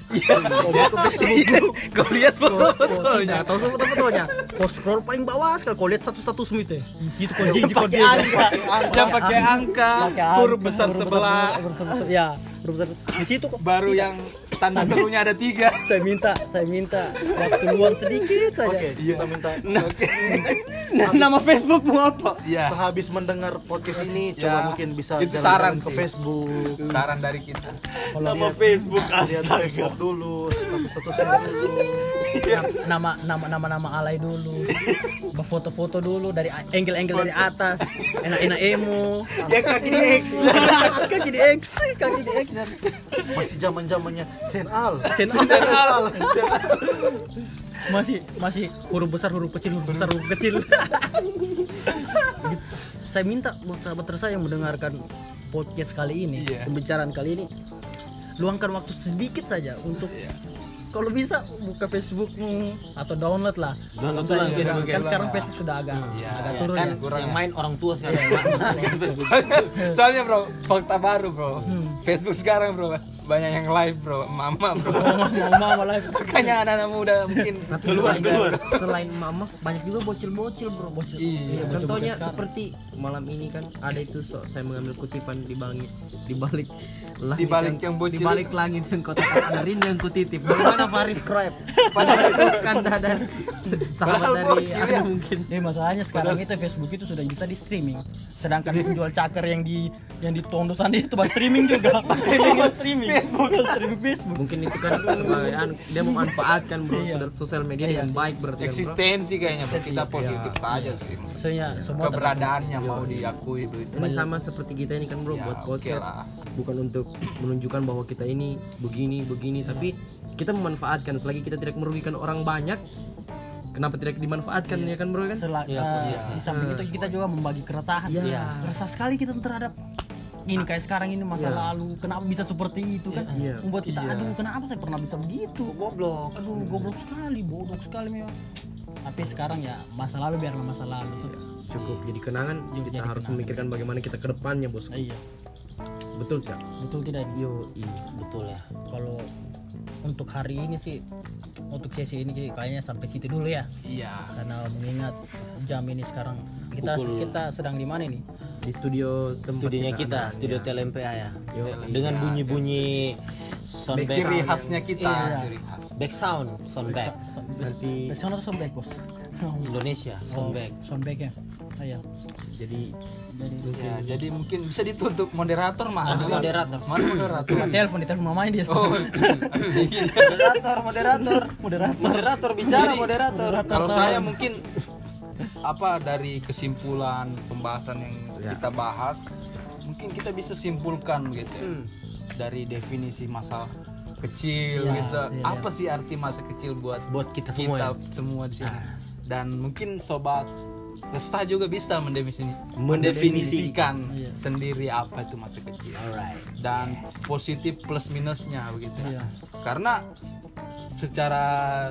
Kau lihat fotonya, tahu semua fotonya. Kau scroll paling bawah sekali, kau lihat statusmu itu. Di situ kau jijik kau dia. yang pakai angka, huruf besar sebelah, Ya, huruf besar. Di situ kok. baru yang tanda serunya ada 3. Saya minta waktu luang sedikit saja. Oke, kita minta Nama Facebookmu apa? Ya, sehabis mendengar podcast ini Ya, coba mungkin bisa itu jalan-jalan saran ke sih. Facebook. saran dari kita. Nama Facebook Lihat Facebook dulu, status-statusnya dulu. Nama alay dulu. Foto-foto dulu dari angle dari atas. Enak-enak emo. Ya kaki di X. Kaki di X. Masih zaman-zamannya Senal. Masih huruf besar, huruf kecil. Saya minta buat sahabat resah yang mendengarkan podcast kali ini, Iya. pembicaraan kali ini, luangkan waktu sedikit saja untuk kalau bisa buka Facebookmu atau download lah. Download Kan ulang Facebook ya. sekarang Facebook sudah agak Iya. turun Kan ya. yang main orang tua sekarang. Soalnya bro, fakta baru bro. Facebook sekarang bro, banyak yang live bro, mama bro. Mama live. Makanya anak-anak muda mungkin Keluar. Selain mama, banyak juga bocil-bocil, bro. Iya, Contohnya seperti malam ini kan ada itu saya mengambil kutipan di balik langit. Di balik yang bocil. Di balik langit yang kotak ada rindu yang kutitip. Bagaimana Faris Kroep? Pada masukan dari sahabat Padahal dari bocil ya. mungkin. Masalahnya sekarang itu Facebook itu sudah bisa di streaming. Sedangkan penjual caker yang di tondosan itu pas streaming juga. streaming Facebook. Mungkin itu kan sebagai dia memanfaatkan bro sosial media dengan baik berarti kan, bro. eksistensi kayaknya bro. Kita positif saja sih. Maksudnya semua Keberadaannya mau diakui begitu. Ini sama seperti kita ini kan bro Ya, buat oke podcast lah. bukan untuk menunjukkan bahwa kita ini begini tapi kita memanfaatkan selagi kita tidak merugikan orang banyak, kenapa tidak dimanfaatkan ya kan bro kan? Di samping itu kita juga membagi keresahan. Iya. Resah sekali kita terhadap ini kayak sekarang ini masa lalu. Kenapa bisa seperti itu kan? Iya. Membuat kita aduh kenapa saya pernah bisa begitu? Goblok. Aduh goblok sekali, bodoh sekali memang. Tapi sekarang ya masa lalu biarlah masa lalu. Cukup jadi kenangan, kita jadi harus kenangan. memikirkan bagaimana kita ke depannya bos. Iya, Betul tidak? betul tidak ini? Yo, Betul ya. Kalau untuk hari ini sih, untuk sesi ini kayaknya sampai situ dulu ya. Iya. Karena mengingat jam ini sekarang kita sedang di mana nih? di studio tempat Studinya kita, rekaman, studio ya. TLMPA ya. Yo, Dengan bunyi-bunyi sound Ciri back, khasnya kita, Iya. ciri khas. back sound, sound back. nanti Backsound atau soundback bos? Indonesia, sound back. Soundback ya. Iya. jadi Ya, jadi mungkin bisa ditutup moderator mah. Mana moderator? Mana moderator? Telepon mamanya dia. Oh, Moderator bicara moderator. kalau saya mungkin apa dari kesimpulan pembahasan yang Ya. kita bahas, mungkin kita bisa simpulkan gitu ya, dari definisi masa kecil Ya, gitu. iya. Apa sih arti masa kecil buat Buat kita semua ya. semua di sini? Dan mungkin sobat resah juga bisa Mendefinisikan. mendefinisikan Iya. sendiri apa itu masa kecil. Alright. Dan positif plus minusnya begitu ya. Iya. Karena secara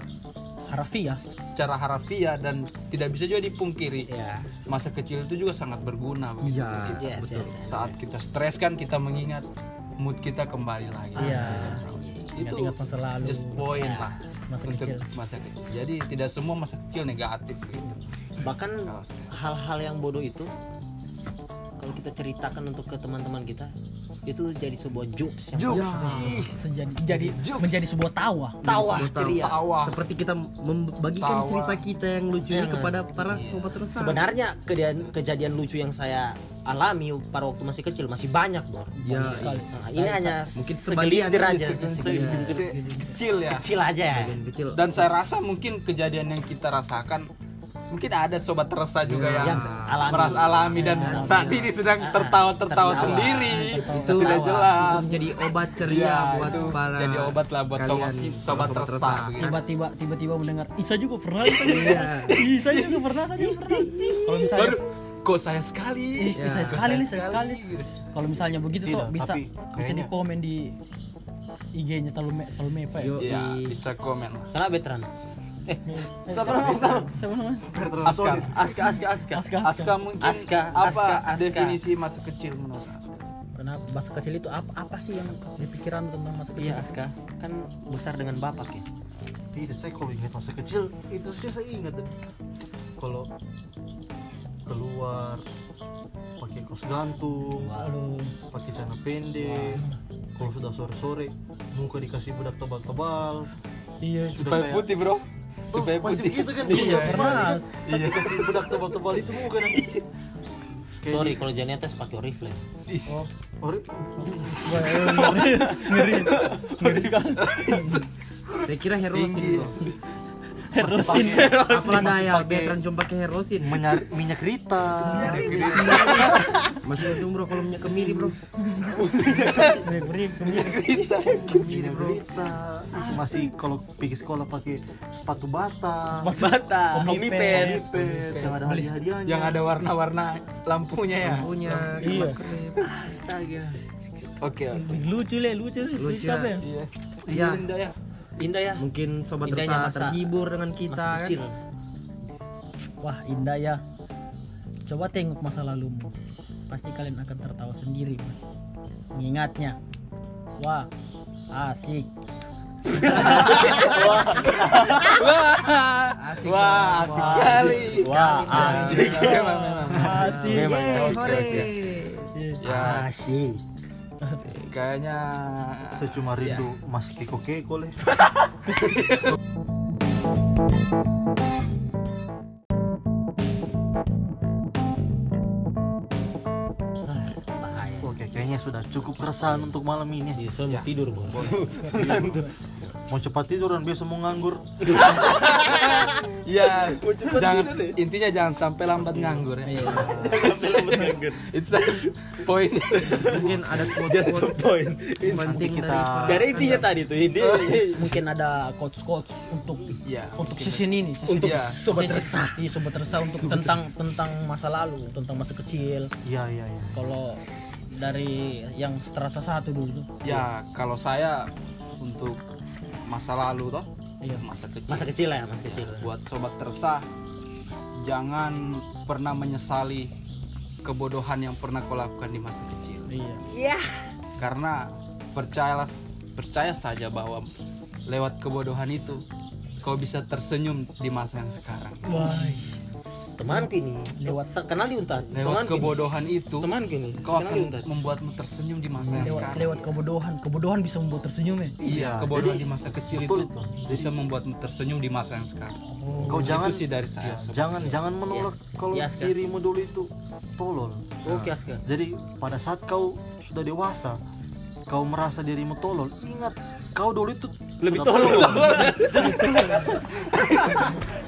Harafiah. dan tidak bisa juga dipungkiri, Ya. masa kecil itu juga sangat berguna begitu. Iya, Kita. Yes, yes, yes. Saat kita stres kan kita mengingat mood kita kembali lagi. Iya. Itu Ingat masa lalu. just point Ya, lah masa untuk kecil. masa kecil. Jadi tidak semua masa kecil negatif begitu. Bahkan Kalau saya- hal-hal yang bodoh itu kalau kita ceritakan untuk ke teman-teman kita itu jadi sebuah jokes yang Jokes. Ih, jadi Jokes. menjadi sebuah tawa. tawa ceria. tawa. Seperti kita membagikan Tawa. cerita kita yang lucu ini Ya. kepada para sobat resah. Sebenarnya kejadian lucu yang saya alami pada waktu masih kecil masih banyak, Bor. Ya, Sekali. Nah, ini hanya mungkin segelintir sebagian aja, Kecil ya. kecil aja ya. bagian kecil. Dan saya rasa mungkin kejadian yang kita rasakan mungkin ada sobat resah juga Ya. yang Yang alami. merasa alami dan saat ini sedang tertawa tertawa. sendiri. itu tidak jelas. itu menjadi obat ceria Iya, buat itu para jadi obat lah buat sobat sobat resah. resah. begitu. Tiba-tiba mendengar Isa juga pernah. Iya. Isa juga pernah. Kalau misalnya Baru kok saya sekali. Ih, Ya. saya sekali nih, saya sekali. Kalau misalnya begitu tuh Tidak, bisa tapi bisa kayaknya- di komen di IG-nya Talume apa ya? Yo, Iya, bisa komen. Kenapa veteran? Siapa namanya? Aska. Aska mungkin Aska, apa Aska. definisi masa kecil menurut Aska? Kenapa masa kecil itu apa sih yang di pikiran tentang masa kecil? Iya, Aska. Kan besar dengan bapak ya. Tidak, saya kalau ingat masa kecil itu saja saya ingat. Kalau keluar pakai kaos gantung, Aduh. pakai celana pendek. Kalau sudah sore-sore muka dikasih bedak tebal-tebal. Iya. Supaya kayak- putih, Bro. Supaya Masih putih. begitu kan? Iya, Dulu pernah. kan? Dikasih bedak tebal-tebal itu muka dan kayak Sorry kalau Janetes pakai Oriflame. Ori- Ngeri sekali. saya kira herosin bro. Herosin. Apalah daya veteran cuma pakai herosin. minyak rita. Masih untung bro kalau minyak kemiri bro. Minyak rita. Masih kalau pergi sekolah pakai sepatu bata. Bata, Omniped. Omniped, yang ada hadiah-hadiahnya. Yang ada warna-warna lampunya ya. Punya Iya. Astaga. Oke. Lucu Lucu, apa ya? Iya. Iya. Indah ya. Indah ya. Mungkin sobat Indahnya resah masa- terhibur dengan kita Masa kan. kecil. Wah, indah ya. Coba tengok masa lalumu. Pasti kalian akan tertawa sendiri, Bro. Mengingatnya. Wah, asik. Wah, asik sekali. Wah, asik. Memang. Asik. Memang. Oke, oke. Ya, Asik. kayaknya Saya cuma rindu Mas Keko-Keko leh. Bahaya. Oke, kayaknya sudah cukup keresahan untuk malam ini. Iya, saya mau tidur, Bor. Mau cepat tidur dan biasa mau nganggur. ya jangan intinya jangan sampai lambat nganggur ya. It's the point. Mungkin ada quotes penting dari para Gak ada intinya tadi tuh ide. Mungkin ada quotes-quotes untuk Ya. season ini, season Untuk ini. sobat Season- resah. Iya, sobat resah untuk tentang masa lalu, tentang masa kecil. Iya, iya, iya. Kalau dari yang Strata 1 dulu tuh. Ya, kalau saya untuk masa lalu toh, Iya. masa kecil. Masa kecil ya, masa kecil. Buat sobat resah, jangan pernah menyesali kebodohan yang pernah kau lakukan di masa kecil. Iya. Karena percaya saja bahwa lewat kebodohan itu kau bisa tersenyum di masa yang sekarang. Teman kini. Kenal di Untan. Lewat kebodohan itu Teman kini. kau Kenal di akan Untan. membuatmu tersenyum di masa yang sekarang. Lewat kebodohan bisa membuat tersenyum ya. Iya, kebodohan di masa kecil betul itu itu. bisa membuatmu tersenyum di masa yang sekarang. Kau jangan Itu sih dari saya. sobat. jangan menolak kalau Iya, Aska. dirimu dulu itu tolol. Oke, Aska. Jadi pada saat kau sudah dewasa, kau merasa dirimu tolol, ingat kau dulu itu Lebih sudah tolol.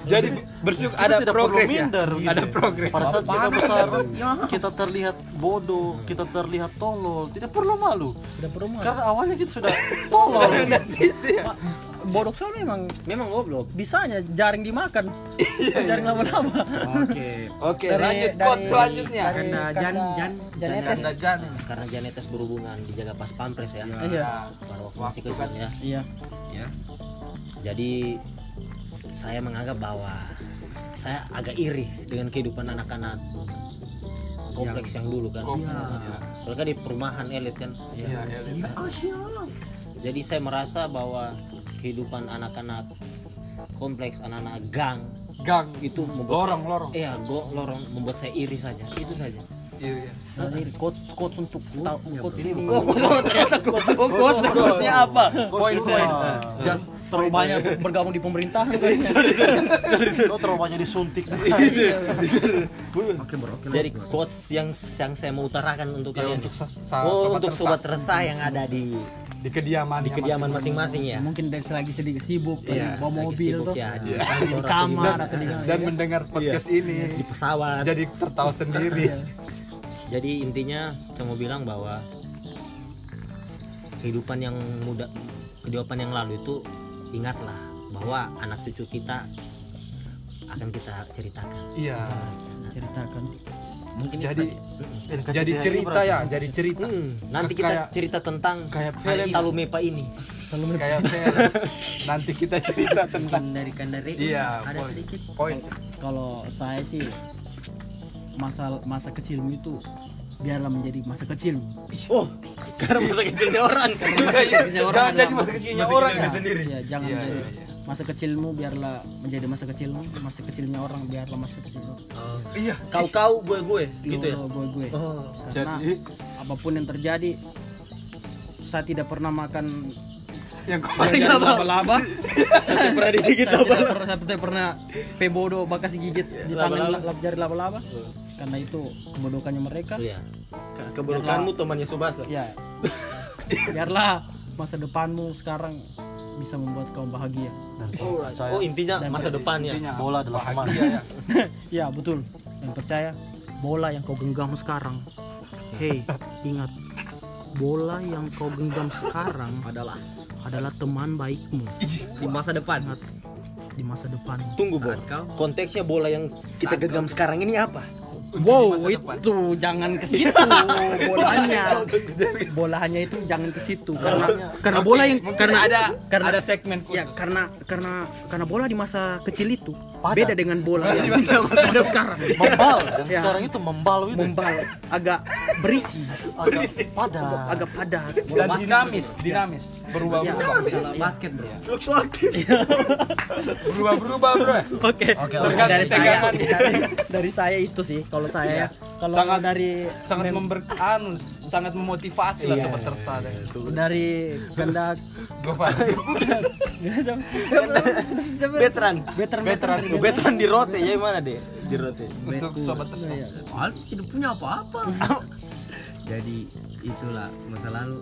Jadi bersyukur Kita ada tidak progres perlu ya. minder, gitu. Ada progres. Pada saat kita besar, kita terlihat bodoh, kita terlihat tolol, tidak perlu malu. Tidak perlu malu. Karena awalnya kita sudah tolol. Bodoh soal memang goblok. Bisanya jaring dimakan. Jaring laba-laba. Oke, lanjut quote selanjutnya. Karena Jan Karena Janetes berhubungan dijaga pas pampres ya. Iya. Pada waktu masih kecil ya. Iya. ya. Jadi saya menganggap bahwa saya agak iri dengan kehidupan anak-anak kompleks yang dulu kan. Soalnya kan di perumahan elit kan. Iya. Jadi saya merasa bahwa kehidupan anak-anak kompleks, anak-anak gang itu membuat Lorong. Iya, lorong membuat saya iri saja. Itu saja. Iya. Nah, ini quotes untuk quotes ini. Ternyata quotes-nya apa? Poin-poin. Just Terlalu banyak bergabung di pemerintahan. Lo terlalu banyak disuntik. Jadi quotes yang saya mau utarakan untuk ya, kalian. untuk Untuk sobat resah yang ada di kediaman masing-masing ya. Mungkin dari selagi sedikit sibuk Iya, bawa Lagi mobil sibuk tuh. ya, Di kamar atau di dan mendengar podcast ini di pesawat. jadi tertawa sendiri. Jadi intinya saya mau bilang bahwa kehidupan yang lalu itu ingatlah bahwa anak cucu kita akan kita ceritakan. Iya. ceritakan. Mungkin Jadi cerita ya, jadi cerita. Nanti kita cerita tentang kayak film. Talumepa ini. Kayak film. Nanti kita cerita tentang dari Kandare iya, ada poin. sedikit. Poin. Kalau saya sih masa kecilmu itu biarlah menjadi masa kecilmu. Oh, karena masa kecilnya orang. Jangan jadi masa kecilnya orang ya. Ya, jangan Iya, jadi iya. masa kecilmu biarlah menjadi masa kecilmu, masa kecilnya orang biarlah masa kecilmu. Iya. Kau gue gitu ya. Gue. Oh, Karena Jadi apapun yang terjadi, saya tidak pernah makan yang jaring laba-laba. saya pernah digigit Saya tidak pernah pebodo bakas gigit di tangan Laba-laba. jari laba-laba. Karena itu kebodokannya mereka. Iya. Keburukanmu temannya Subasa. Ya. Biarlah masa depanmu sekarang bisa membuat kau bahagia. Oh, intinya masa depannya. Bola adalah teman. Ya, betul. Yang percaya bola yang kau genggam sekarang. Hei, ingat. Bola yang kau genggam sekarang adalah teman baikmu Di masa depan. di masa depan. Tunggu, Bo. Saat kau Konteksnya bola yang kita genggam sekarang ini apa? Wow, itu jangan ke situ bolanya. Bolanya itu jangan ke situ karena bola yang karena ada segmen khusus. ya karena bola di masa kecil itu beda dengan bola yang ada sekarang. Membal. Dan Ya. sekarang itu membal itu. Membal, agak berisi, Agak padat. agak padat. Dan dinamis, berubah-ubah. Salah basket, Bro. Berubah-berubah, Bro. Oke. Tergantung Dari saya, tegangan. dari saya itu sih. Kalau saya, kalau Sangat dari sangat memotivasi lah Iya. sobat tersa. dari kehendak Veteran di rote ya mana deh? Di rote. Untuk sobat tersa. Tidak punya apa-apa. Jadi itulah masa lalu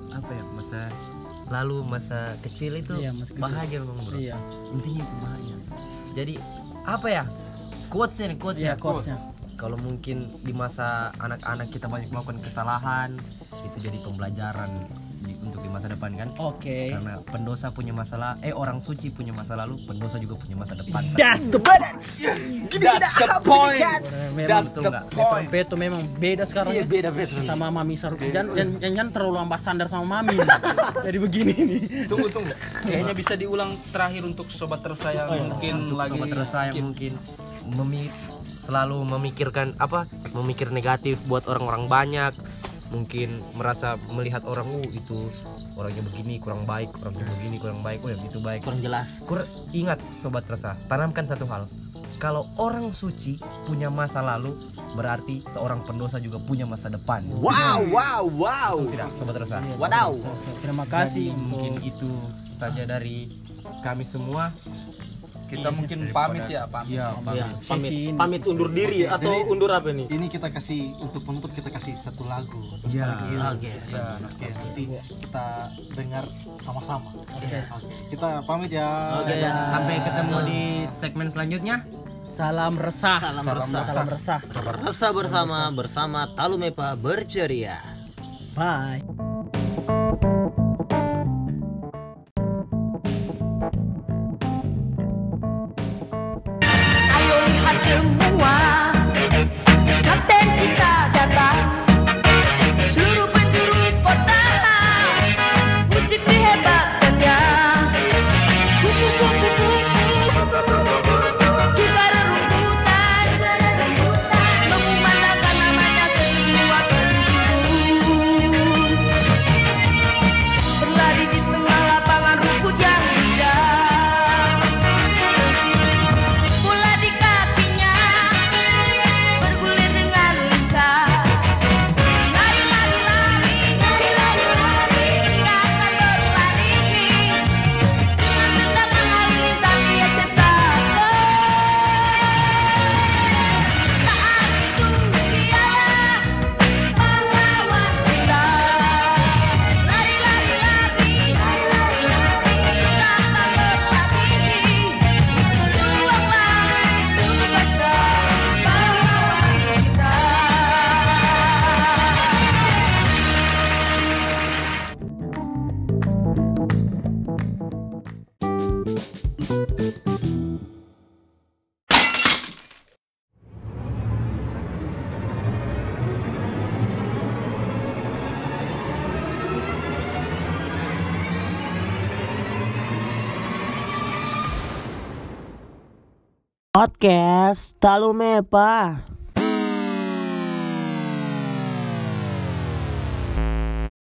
masa kecil itu Iya, masa kecil. bahagia memang, Bro. Iya. Intinya itu bahagia. Jadi apa ya? Quotes-nya nih, Iya, quotes-nya. Kalau mungkin di masa anak-anak kita banyak melakukan kesalahan, itu jadi pembelajaran untuk di masa depan kan? Oke. Karena pendosa punya masalah, orang suci punya masa lalu, pendosa juga punya masa depan. That's the balance. That's the point. Memang That's betul the nggak? point. Beto memang beda sekarang. Iya, beda veteran. Sama Mami Saruki. Jangan terlalu lambat sandar sama Mami. Jadi begini nih. Tunggu. Kayaknya bisa diulang terakhir untuk sobat tersa yang mungkin Untuk lagi sobat resah yang skip. mungkin selalu memikir negatif buat orang-orang banyak, mungkin merasa melihat orang itu orangnya begini kurang baik, orangnya begini kurang baik, oh ya gitu baik. Kurang jelas. Ingat sobat resah, tanamkan satu hal. Kalau orang suci punya masa lalu, berarti seorang pendosa juga punya masa depan. Wow. Betul tidak sobat resah? Wadaw. Terima kasih Jadi, mungkin untuk itu saja dari kami semua. Kita mungkin pamit ya, pamit. Ya, Sesi ini. pamit undur diri Oke, atau jadi- undur apa nih? Ini kita kasih untuk penutup, kita kasih satu lagu nostalgia. Oke, nanti kita dengar sama-sama. Oke, kita pamit ya. Sampai ketemu di segmen selanjutnya. Salam resah. Salam resah. Salam resah. Resah bersama Talumepa berceria. Bye. Ayo lihat semua, kapten kita datang. Seluruh penjuru kota, puji kehebatannya. Kupu-kupu juga rerumputan, mengumandangkan namanya ke semua penjuru. Berlari di tengah lapangan rumput yang hijau. Bola di kakinya bergulir dengan lincah. Lari, lari, lari, lari, lari, lari, tinggalkan berlari. Dengan tendangan halilintar dia cetak gol. Saat itu dialah pahlawan kita. Lari, lari, lari, lari, lari, lari, tinggalkan berlari. Juanglah superstar pahlawan kita. Podcast Talumepa.